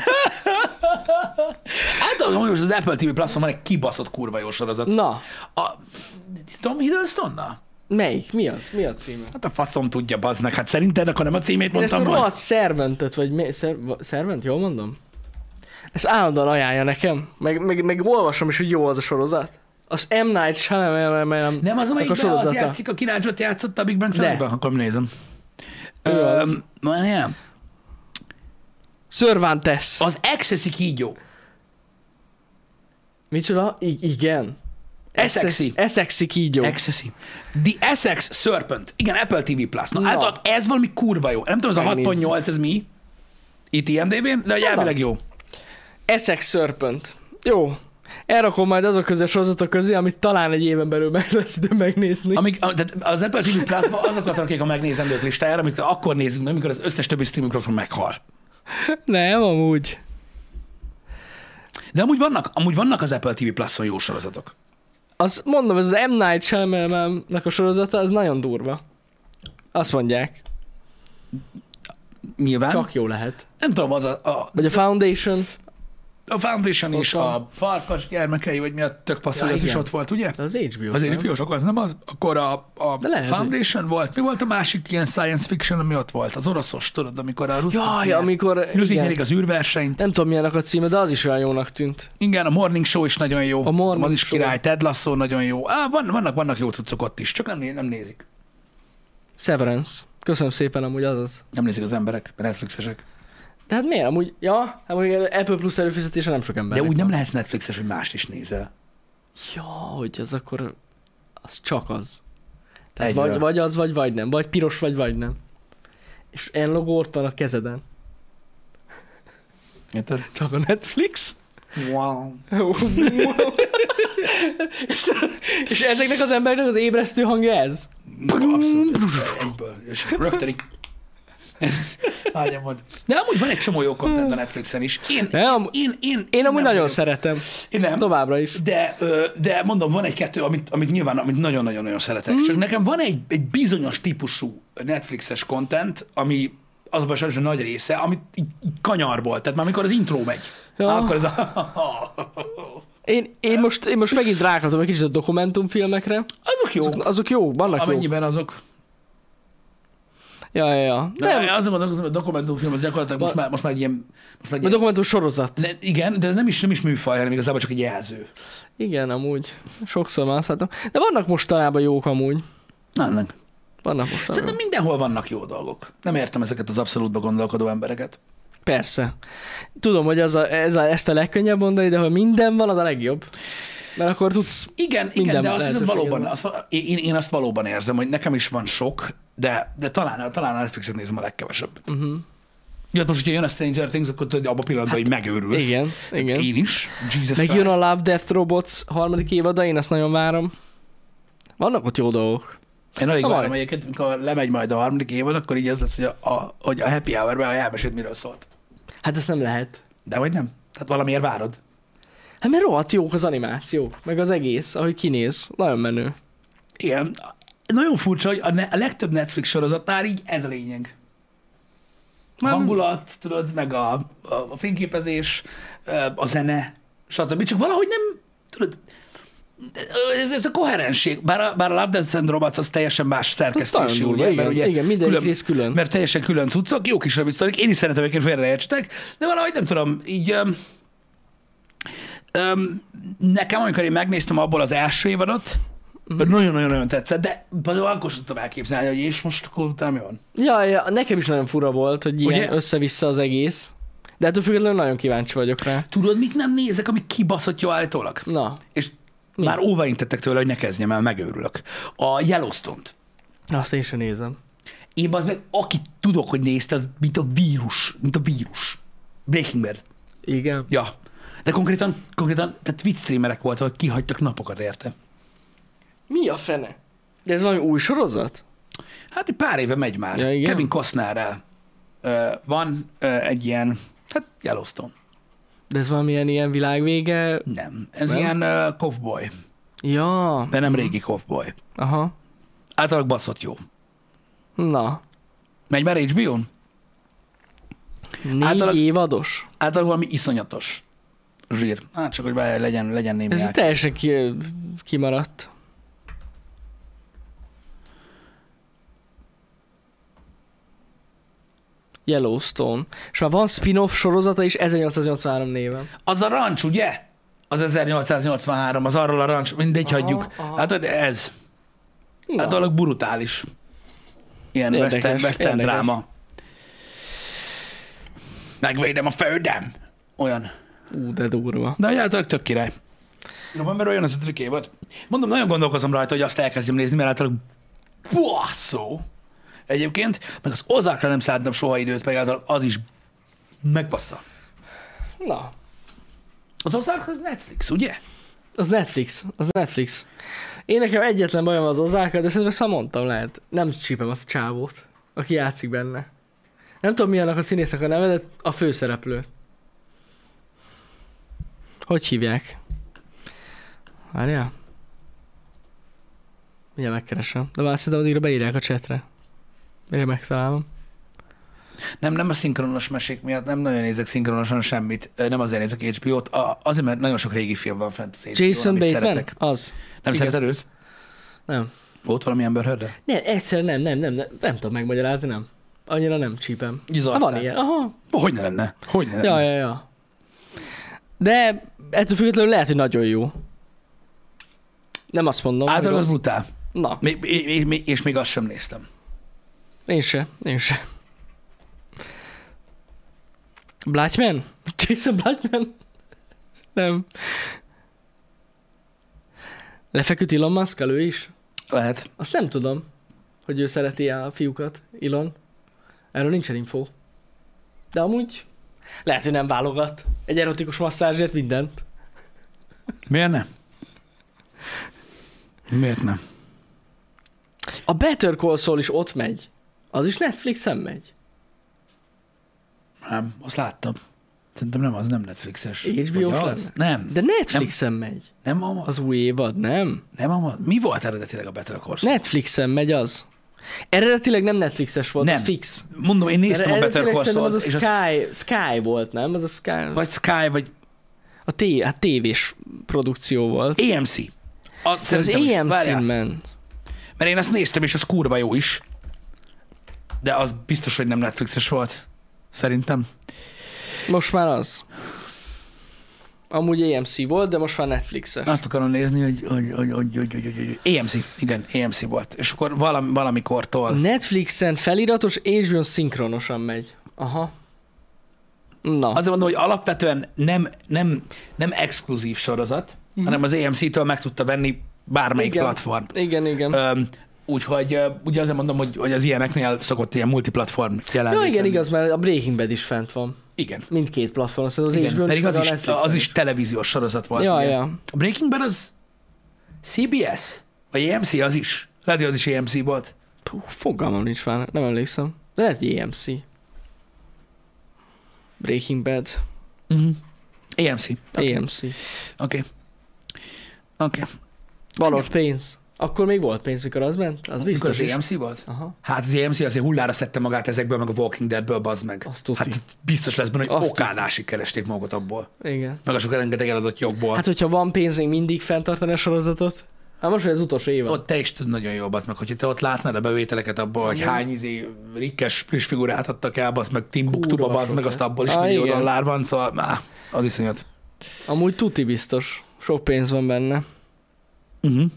Általában hogy most az Apple té vé Plus-on van egy kibaszott kurva jó sorozat. Na, A Tom Hiddleston-nal? melyik? Mi az? Mi a címe? Hát a faszom tudja, bazd meg. Hát szerinted akkor nem a címét Én ezt a mondtam majd? rohadt Servantet, vagy mi? Szer, Servant, jól mondom? Ezt állandóan ajánlja nekem. Meg, meg, meg olvasom is, hogy jó az a sorozat. Az M. Night Shyamalan Nem az, a amelyikben az sorozata. játszik, a királyzsot játszott a Big Bang De. Theory-ben? Akkor nézem. Ő az. Öm, Várjál. Cervantes. Az Accessy kígyó. Micsoda? I- igen. Essexy. Essexy kígyó. Accessy. The Essex Serpent. Igen, Apple té vé Plus. Na, Na. általában ez valami kurva jó. Nem tudom, ez a hat Megnézzük. pont nyolc, ez mi? Itt i em dé bén, de Na, elvileg jó. Essex Serpent. Jó. Elrakom majd azok közé a sorozatok közé, amit talán egy éven belül meg lesz idő megnézni. Amíg, tehát az Apple té vé Plus-ban azokat rakják a megnézendők listájára, amit akkor nézünk meg, amikor az összes többi streaming meghal. Nem, amúgy. De amúgy vannak, amúgy vannak az Apple té vé Plus-on jó sorozatok. Azt mondom, ez az M. Night Shyamalan-nek a sorozata, az nagyon durva. Azt mondják. Nyilván. Csak jó lehet. Nem tudom, az a, a, Vagy a Foundation. a Foundation is, Ott van. a Farkas gyermekei, vagy mi a tök passzol, Ja, az is igen. ott volt, ugye? De az há bé o. Az há bé o-sok, az nem az? Akkor a, a De lehet, Foundation volt. Mi volt a másik ilyen science fiction, ami ott volt? Az oroszos, tudod, amikor a ruszkik Jaj, nyert. amikor... Ruszkik igen. nyerik az űrversenyt. Nem tudom milyenek a címe, de az is olyan jónak tűnt. Igen, a Morning Show is nagyon jó. A Morning az is Show. király. Ted Lasso nagyon jó. Á, van, vannak, vannak jó cuccok ott is, csak nem, né- nem nézik. Severance. Köszönöm szépen, amúgy azaz. Nem nézik az emberek, Netflixesek. De hát miért? Amúgy, ja, amúgy Apple Plus előfizetése nem sok ember. De úgy nem lehetsz Netflixes, hogy mást is nézel. Ja, hogy az akkor... Az csak az. Tehát Egyről. vagy, vagy az, vagy vagy nem. Vagy piros, vagy vagy nem. És ilyen logó ott van a kezeden. Érted? Csak a Netflix. Wow. És ezeknek az embereknek az ébresztő hangja ez? Abszolút. Egyből. És rögtön így... Hányamod. De amúgy van egy csomó jó content a Netflixen is. Én, Ne, am- én, én, én, Én amúgy nem nagyon vagyok- szeretem. Én nem. Továbbra is. De, ö, de mondom, van egy-kettő, amit, amit nyilván amit nagyon-nagyon-nagyon szeretek. Mm. Csak nekem van egy, egy bizonyos típusú Netflixes content, ami azonban sajnos a nagy része, amit így, így kanyarból. Tehát már amikor az intro megy, Ja. ja. akkor ez a... Én, én, most, én most megint rákaptam egy kicsit a dokumentumfilmekre. Azok jók. Azok, azok jók, vannak jók. Amennyiben azok. Ja, ja, ja. De Nem, azon gondolkozom, hogy a dokumentumfilm az gyakorlatilag most már, most már egy ilyen... Most már egy a ilyen dokumentum sorozat. ne, igen, de ez nem is, nem is műfaj, hanem igazából csak egy jelző. Igen, amúgy. Sokszor már azt látom. De vannak mostanában jók amúgy. Vannak. Vannak mostanában. Szerintem mindenhol vannak jó dolgok. Nem értem ezeket az abszolútba gondolkodó embereket. Persze. Tudom, hogy az a, ez a, ezt a legkönnyebb mondani, de ha minden van, az a legjobb. Mert akkor tudsz... Igen, igen, Minden de azt hiszem, lehetőséged valóban, van. azt, én, én azt valóban érzem, hogy nekem is van sok, de, de talán, talán a Netflixet nézem a legkevesebbet. Uh-huh. Ja, most, hogyha jön a Stranger Things, akkor tudod, abban a pillanatban hát, így megőrülsz. Igen, igen. Én is. Jesus Meg Christ. jön a Love, Death, Robots harmadik évada, én azt nagyon várom. Vannak ott jó dolgok. Én alig Na várom majd. egyébként, amikor lemegy majd a harmadik évad, akkor így ez lesz, hogy a, a, hogy a Happy Hour-ben elmesélt, miről szólt. Hát ezt nem lehet. De hogy nem? Tehát valamiért várod. Hát mert rohadt jók az animációk, meg az egész, ahogy kinéz. Nagyon menő. Igen. Nagyon furcsa, hogy a, ne, a legtöbb Netflix sorozatnál így ez a lényeg. A Nem. hangulat, tudod, meg a, a, a fényképezés, a zene, stb. Csak valahogy nem, tudod, ez, ez a koherensség. Bár a, bár a Love, Death and Robots az teljesen más szerkesztésű, nagyon durva, ugye? igen, Mert ugye igen, mindegyik rész külön. Mert teljesen külön cuccok, jó kis rövidsztorik. Én is szeretem őket, félreértsetek, de valahogy nem tudom, így öm, öm, nekem, amikor én megnéztem abból az első évadot, Mhm. nagyon-nagyon-nagyon tetszett, de például akkor sem tudtam elképzelni, hogy és most akkor utána mi van? Ja, ja, nekem is nagyon fura volt, hogy ilyen Ugye? össze-vissza az egész. De ettől függetlenül nagyon kíváncsi vagyok rá. Tudod, mit nem nézek, ami kibaszott jó állítólag? Na, És Mi? már óvaintettek tőle, hogy ne kezdjem el, megőrülök. A Yellowstone-t. azt én sem nézem. Én az meg, aki tudok, hogy nézte, az mint a vírus, mint a vírus. Breaking Bad. Igen. Ja. De konkrétan, konkrétan tehát Twitch streamerek voltak, hogy kihagytak napokat érte. Mi a fene? De ez valami új sorozat? Hát egy pár éve megy már. Ja, igen? Kevin Costnerrel ö, van ö, egy ilyen, hát Yellowstone. De ez valamilyen ilyen világvége? Nem. Ez Nem? ilyen uh, cowboy, Ja. de nem régi cowboy. Aha. Általában baszott jó. Na. Megy már há bé ó-n? Négy Általag- évados? Általában valami iszonyatos zsír. Hát csak, hogy várjál, legyen, legyen némi Ez át. teljesen ki, kimaradt. Yellowstone. És már van spin-off sorozata is ezernyolcszáznyolcvanhárom néven. Az a rancs, ugye? Az ezernyolcszáznyolcvanhárom, az arról a rancs, mindegy, Aha, hagyjuk. aha. Hát hogy ez. Na, Hát dolog brutális. Ilyen Érdekes, western, western érdekes. dráma. Megvédem a földem. Olyan. ú, de durva. De általában tök király. Novemberről jön az ötödik évad. Mondom, nagyon gondolkozom rajta, hogy azt elkezdjem nézni, mert általában basszó. Egyébként, meg az Ozarkra nem szántam soha időt, pedig általában az is megbassza. Na, Az Ozark az Netflix, ugye? Az Netflix, az Netflix. Én nekem egyetlen bajom az Ozarkkal, de szerintem ezt már mondtam, lehet. Nem csípem azt a csávót, aki játszik benne. Nem tudom, mi annak a színésznek a neve, de a főszereplő. Hogy hívják? Várjál? Mindjárt megkeresem. De már szerintem addigra beírják a chatre. Mire megtalálom. Nem, nem a szinkronos mesék miatt, nem nagyon nézek szinkronosan semmit. Nem azért nézek há bé ó-t, a, azért, mert nagyon sok régi film van fent az há bé ó-n, Jason amit Bateman? szeretek. Az. Nem Igen. szereted őt? Nem. Volt valami Amber Heard-e? Nem, egyszerűen nem, nem, nem, nem, nem tudom megmagyarázni, nem. Annyira nem csípem. Ha van ilyen, aha. Hogy ne lenne? Hogy ne lenne? Ja, ja, ja. De ettől függetlenül lehet, hogy nagyon jó. Nem azt mondom. Átlag hogy az rossz. brutál. Na, Még, és, még, és még azt sem néztem. én se, én se. Blackman? Jason Blackman? Nem. Lefeküdt Elon musk ő is? Lehet. Azt nem tudom, hogy ő szereti a fiúkat, Elon. Erről nincsen info. De amúgy lehet, hogy nem válogat. Egy erotikus masszázsért mindent. Miért ne? Miért nem? A Better Call Saul is ott megy. Az is Netflixen megy. Nem, azt láttam. Szerintem nem, az nem Netflixes. há bé ó-s Vagy lenne? az? Nem. De Netflixen nem. megy. Nem az. Az új évad, nem? Nem az. Mi volt eredetileg a Better Call Saul? Netflixen megy az. Eredetileg nem Netflixes volt, Nem. az fix. Mondom, én néztem a Better Eredetileg Call szerintem Saul-t, az a és az, Sky, Sky volt, nem? Az a Sky. vagy Sky, vagy A té, hát tévés produkció volt. á em cé. A, De az szerintem is. á em cén Várjál. ment. Mert én azt néztem, és az kurva jó is. De az biztos, hogy nem Netflixes volt. Szerintem. Most már az. Amúgy á em cé volt, de most már Netflixes. Azt akarom nézni, hogy, hogy, hogy, hogy, hogy, hogy, hogy, hogy á em cé. Igen, á em cé volt. És akkor valami, valamikortól. Netflixen feliratos, há bé ó-n szinkronosan megy. Aha. Na. Azért mondom, hogy alapvetően nem, nem, nem exkluzív sorozat, uh-huh. hanem az á em cé-től meg tudta venni bármelyik Igen. platform. Igen, igen. Öm, úgyhogy ö, ugye azért mondom, hogy, hogy az ilyeneknél szokott ilyen multiplatform jelenni. Ja, igen, igaz, mert a Breaking Bad is fent van. Igen. Mindkét platformon, szóval az Igen. há bé ó-n Pedig is, az meg is, a Netflixen az is televíziós sorozat volt. Ja, ugye. ja. A Breaking Bad az cé bé es? Vagy á em cé az is? Lehet, hogy az is á em cé volt. Puh, fogalmam nincs már, nem emlékszem. De lehet, hogy á em cé. Breaking Bad. Uh-huh. á em cé. Oké. á em cé. Oké. Oké. Valahogy pénz. Akkor még volt pénz, mikor az ment? Az Mikor biztos az is. á em cé volt? Aha. Hát az á em cé azért hullára szedte magát ezekből, meg a Walking Deadből, bazd meg. Azt tuti. Hát biztos lesz benne, hogy Azt okádásig keresték magukat abból. Igen. Meg a sok rengeteg eladott jogból. Hát, hogyha van pénz még mindig fenntartani a sorozatot, hát most, hogy az utolsó évad. Ott te is tud nagyon jó, bazd meg, hogyha te ott látnád a bevételeket abból, hogy Igen. hány izé rikkes plusz figurát adtak el, bazd meg Timbuktuba, Kurva bazd meg, sokat. azt abból is Á, millió igen. dollár van, szóval á, az iszonyat. Amúgy tuti biztos. Sok pénz van benne. Uh-huh.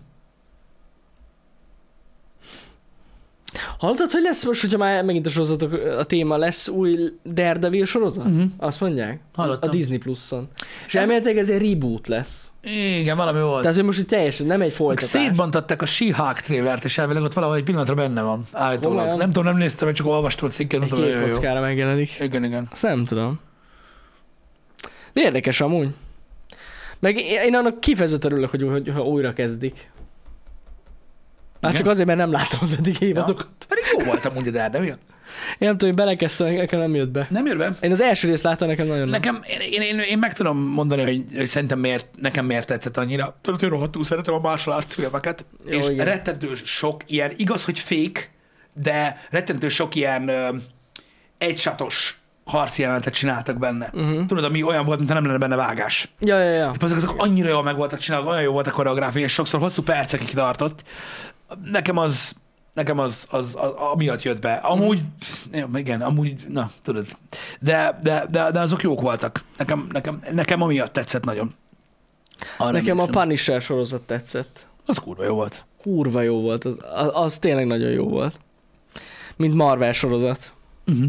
Hallottad, hogy lesz most, hogyha már megint a sorozatok a téma, lesz új Daredevil sorozat? Uh-huh. Azt mondják? Hallottam. A Disney Plus-on. És elméletileg ez egy reboot lesz. Igen, valami volt. Tehát, hogy most így teljesen nem egy Meg folytatás. szétbontották a She-Hulk trailert, és elvileg ott valahol egy pillanatra benne van, állítólag. Komolyan? Nem tudom, nem néztem, mert csak olvastam a cikket, Egy mondtam, hogy két jó, jó. kockára megjelenik. Igen, igen. Azt nem tudom. De érdekes amúgy. Meg én annak kifejezetten örülök, hogy, hogy, hogy újra kezdik. Hát Igen? csak azért, mert nem láttam az eddig évadokat. Ja. Pedig jó volt amúgy a Daredevil. Én nem tudom, hogy belekezdtem, nekem nem jött be. Nem jön be? Én az első részt láttam, nekem nagyon nem. Nekem, én, én, én, én meg tudom mondani, hogy, hogy szerintem miért, nekem miért tetszett annyira. Tudod, hogy rohadtul szeretem a martial arts filmeket, Jó, és igen. rettentő sok ilyen, igaz, hogy fake, de rettentő sok ilyen ö, egysatos harci jelenetet csináltak benne. Uh-huh. Tudod, ami olyan volt, mintha nem lenne benne vágás. Ja, ja, ja. Azok, azok annyira jól meg voltak csinálva, olyan jó volt a koreográfia, és sokszor hosszú percekig tartott. Nekem az, nekem az, az, az amiatt jött be. Amúgy, mm. igen, amúgy, na, tudod. De, de, de, de azok jók voltak. Nekem, nekem, nekem amiatt tetszett nagyon. Arra Nekem emlékszem. a Punisher sorozat tetszett. Az kurva jó volt. Kurva jó volt, az, az, az tényleg nagyon jó volt. Mint Marvel sorozat. Uh-huh.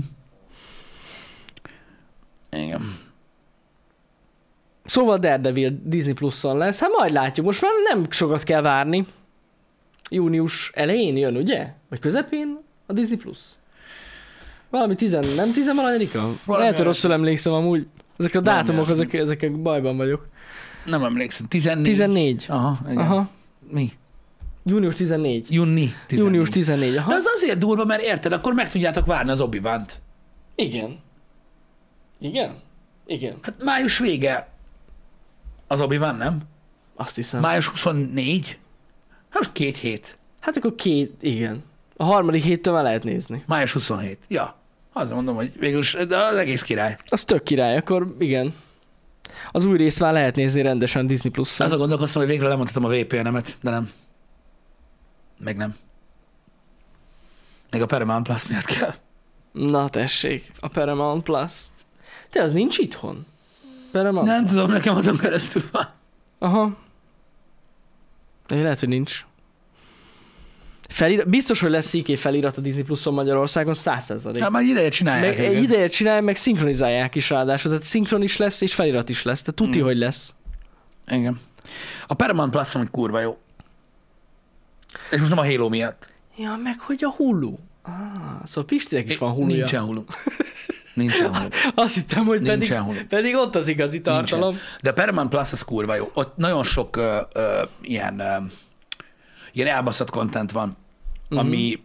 Igen. Szóval Daredevil Disney Plus-on lesz. Hát majd látjuk. Most már nem sokat kell várni. Június elején jön, ugye? Vagy közepén a Disney Plus. Valami tizen, nem tizenvalahanyadika? Lehet, hogy rosszul emlékszem amúgy. Ezek a dátumok, ezek, ezek bajban vagyok. Nem emlékszem. tizennégy. tizennégy. Aha, igen. Aha. Mi? Június tizennégy. Júni tizennégy. Június tizennégy, aha. De az azért durva, mert érted, akkor meg tudjátok várni az Obi-Wan-t. Igen. Igen? Igen. Hát május vége az Obi-Wan, nem? Azt hiszem. május huszonnégy? Hát most két hét. Hát akkor két, igen. A harmadik héttől már lehet nézni. május huszonhét. Ja. Azért mondom, hogy végül is, de az egész király. Az tök király, akkor igen. Az új részt már lehet nézni rendesen Disney Plus-szal. Azon gondolkoztam, hogy végre lemondhatom a vé pé en-emet, de nem. Meg nem. Meg a Paramount Plus miatt kell. Na tessék, a Paramount Plus. Te az nincs itthon? Paramount? Nem tudom, nekem azon keresztül van. Aha. De lehet, hogy nincs. Felirat, biztos, hogy lesz szé ká felirat a Disney Plus-on Magyarországon, száz százalék. Hát már ideje csinálják. Meg egy ideje csinálják, meg szinkronizálják is ráadásul. Tehát szinkron is lesz, és felirat is lesz. Tehát tuti, mm. hogy lesz. Igen. A Paramount Plus hogy kurva jó. És most nem a Halo miatt. Ja, meg hogy a Hulu. Ah, szóval Pistinek is van Huluja. Nincsen Hulu. Nincsen Hulu. Azt hittem, hogy pedig, pedig ott az igazi tartalom. Nincsen. De a Paramount Plus az kurva jó. Ott nagyon sok uh, uh, ilyen, uh, ilyen elbaszott content van, uh-huh. ami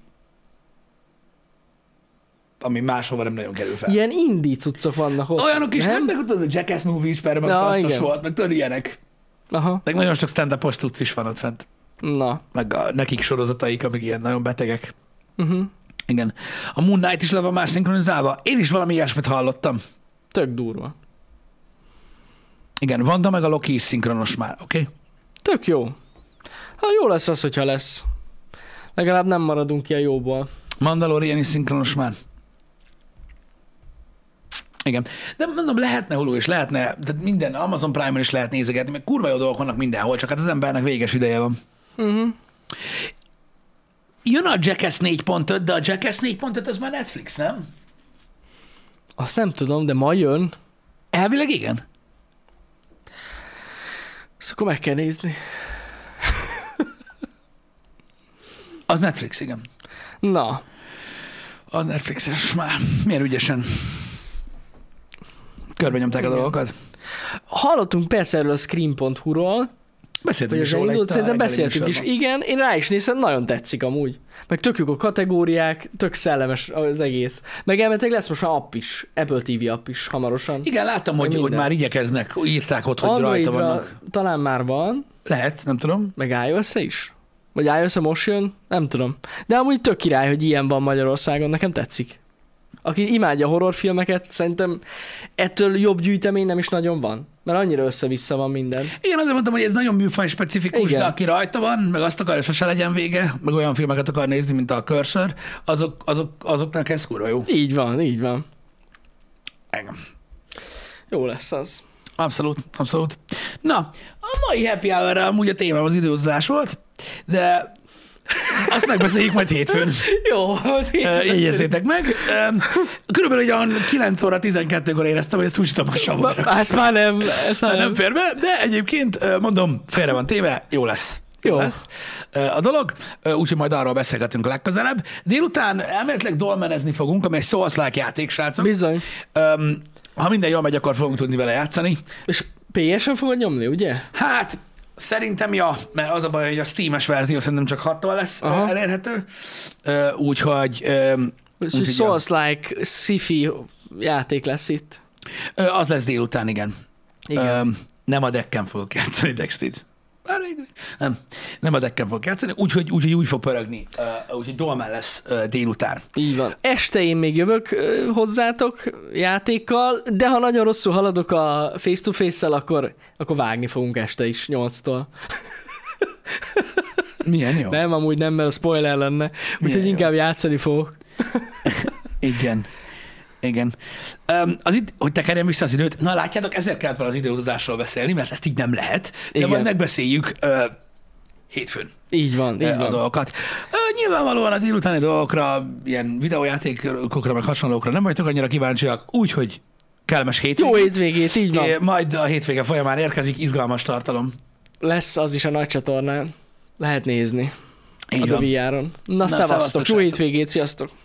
ami máshova nem nagyon kerül fel. Ilyen indie cuccok vannak ott. Olyanok is, nem? Meg tudod, a Jackass movie is Paramount Plus-os volt, meg tudod, ilyenek. Aha. Meg nagyon sok stand-up-os cucc is van ott fent. Na. Meg a nekik sorozataik, amik ilyen nagyon betegek. Uh-huh. Igen. A Moon Knight is le van már szinkronizálva. Én is valami ilyesmit hallottam. Tök durva. Igen, Wanda meg a Loki is szinkronos már, oké? Okay? Tök jó. Hát jó lesz az, hogyha lesz. Legalább nem maradunk ki a jóból. Mandalorian is szinkronos már. Igen. De mondom, lehetne Hulu és lehetne, tehát minden Amazon Prime-on is lehet nézegetni, meg kurva jó dolgok vannak mindenhol, csak hát az embernek véges ideje van. Uh-huh. Jön a Jackass négy pont öt, de a Jackass négy pont öt az már Netflix, nem? Azt nem tudom, de ma jön. Elvileg igen. Ezt akkor meg kell nézni. Az Netflix, igen. Na. Az Netflixes már. Milyen ügyesen. Körbe nyomták a dolgokat. Hallottunk persze erről a Scream pont hu-ról. Beszéltünk is róla. Indult, szerintem beszéltünk is. Igen, én rá is nézem, nagyon tetszik amúgy. Meg tök jók a kategóriák, tök szellemes az egész. Meg elméletileg lesz most már app is, Apple té vé app is hamarosan. Igen, láttam, hogy, hogy már igyekeznek, írták ott, hogy Androidra rajta vannak. Talán már van. Lehet, nem tudom. Meg iOS-re is? Vagy iOS-re most jön? Nem tudom. De amúgy tök király, hogy ilyen van Magyarországon, nekem tetszik. Aki imádja horrorfilmeket, szerintem ettől jobb gyűjtemény nem is nagyon van. Mert annyira össze-vissza van minden. Igen, azért mondtam, hogy ez nagyon műfaj specifikus, igen. De aki rajta van, meg azt akarja, sose legyen vége, meg olyan filmeket akar nézni, mint a Cursor, azok, azok, azoknak ez kurva jó. Így van, így van. Igen. Jó lesz az. Abszolút, abszolút. Na, a mai happy hour-ra amúgy a témám az időzás volt, de azt megbeszéljük majd hétfőn. Jó, jegyezzétek meg. Körülbelül olyan kilenc óra tizenkettőkor éreztem, hogy ezt úgy tudom a savóra. Ezt már nem. Ezt már nem. nem fér be, de egyébként mondom, félre van téve, jó lesz. Jó, jó lesz a dolog, úgyhogy majd arról beszélgetünk legközelebb. Délután elméletileg dolmenezni fogunk, amely Souls-like játék, srácok. Bizony. Ha minden jól megy, akkor fogunk tudni vele játszani. És pé es-en fogod nyomni, ugye? Hát, szerintem ja, mert az a baj, hogy a Steam-es verzió szerintem csak hattal lesz Aha. elérhető. Úgyhogy... Úgyhogy Souls-like sci-fi játék lesz itt. Az lesz délután, igen. igen. Nem a decken fogok játszani Dextit. Nem, nem a decken fogok játszani, úgyhogy úgy, úgy fog pörögni, úgyhogy dolmen lesz délután. Így van. Este én még jövök hozzátok játékkal, de ha nagyon rosszul haladok a face-to-face-szel, akkor, akkor vágni fogunk este is, nyolctól. Milyen jó? Nem, amúgy nem, mert a spoiler lenne, úgyhogy inkább játszani fogok. Igen. Igen. Um, az itt, hogy tekerjem vissza az időt, na látjátok, ezért kellett volna az időutazásról beszélni, mert ezt így nem lehet, de Igen. majd megbeszéljük uh, hétfőn. Így van, így uh, van. A dolgokat. Uh, nyilvánvalóan a délutáni dolgokra, ilyen videójátékokra, meg hasonlókra nem vagytok annyira kíváncsiak, úgyhogy kellemes hétvégét. Jó hétvégét, így van. Majd a hétvége folyamán érkezik izgalmas tartalom. Lesz az is a nagy csatornán. Lehet nézni. Így a vé áron. Na, Na szevasztok, jó hétvégét, sziasztok!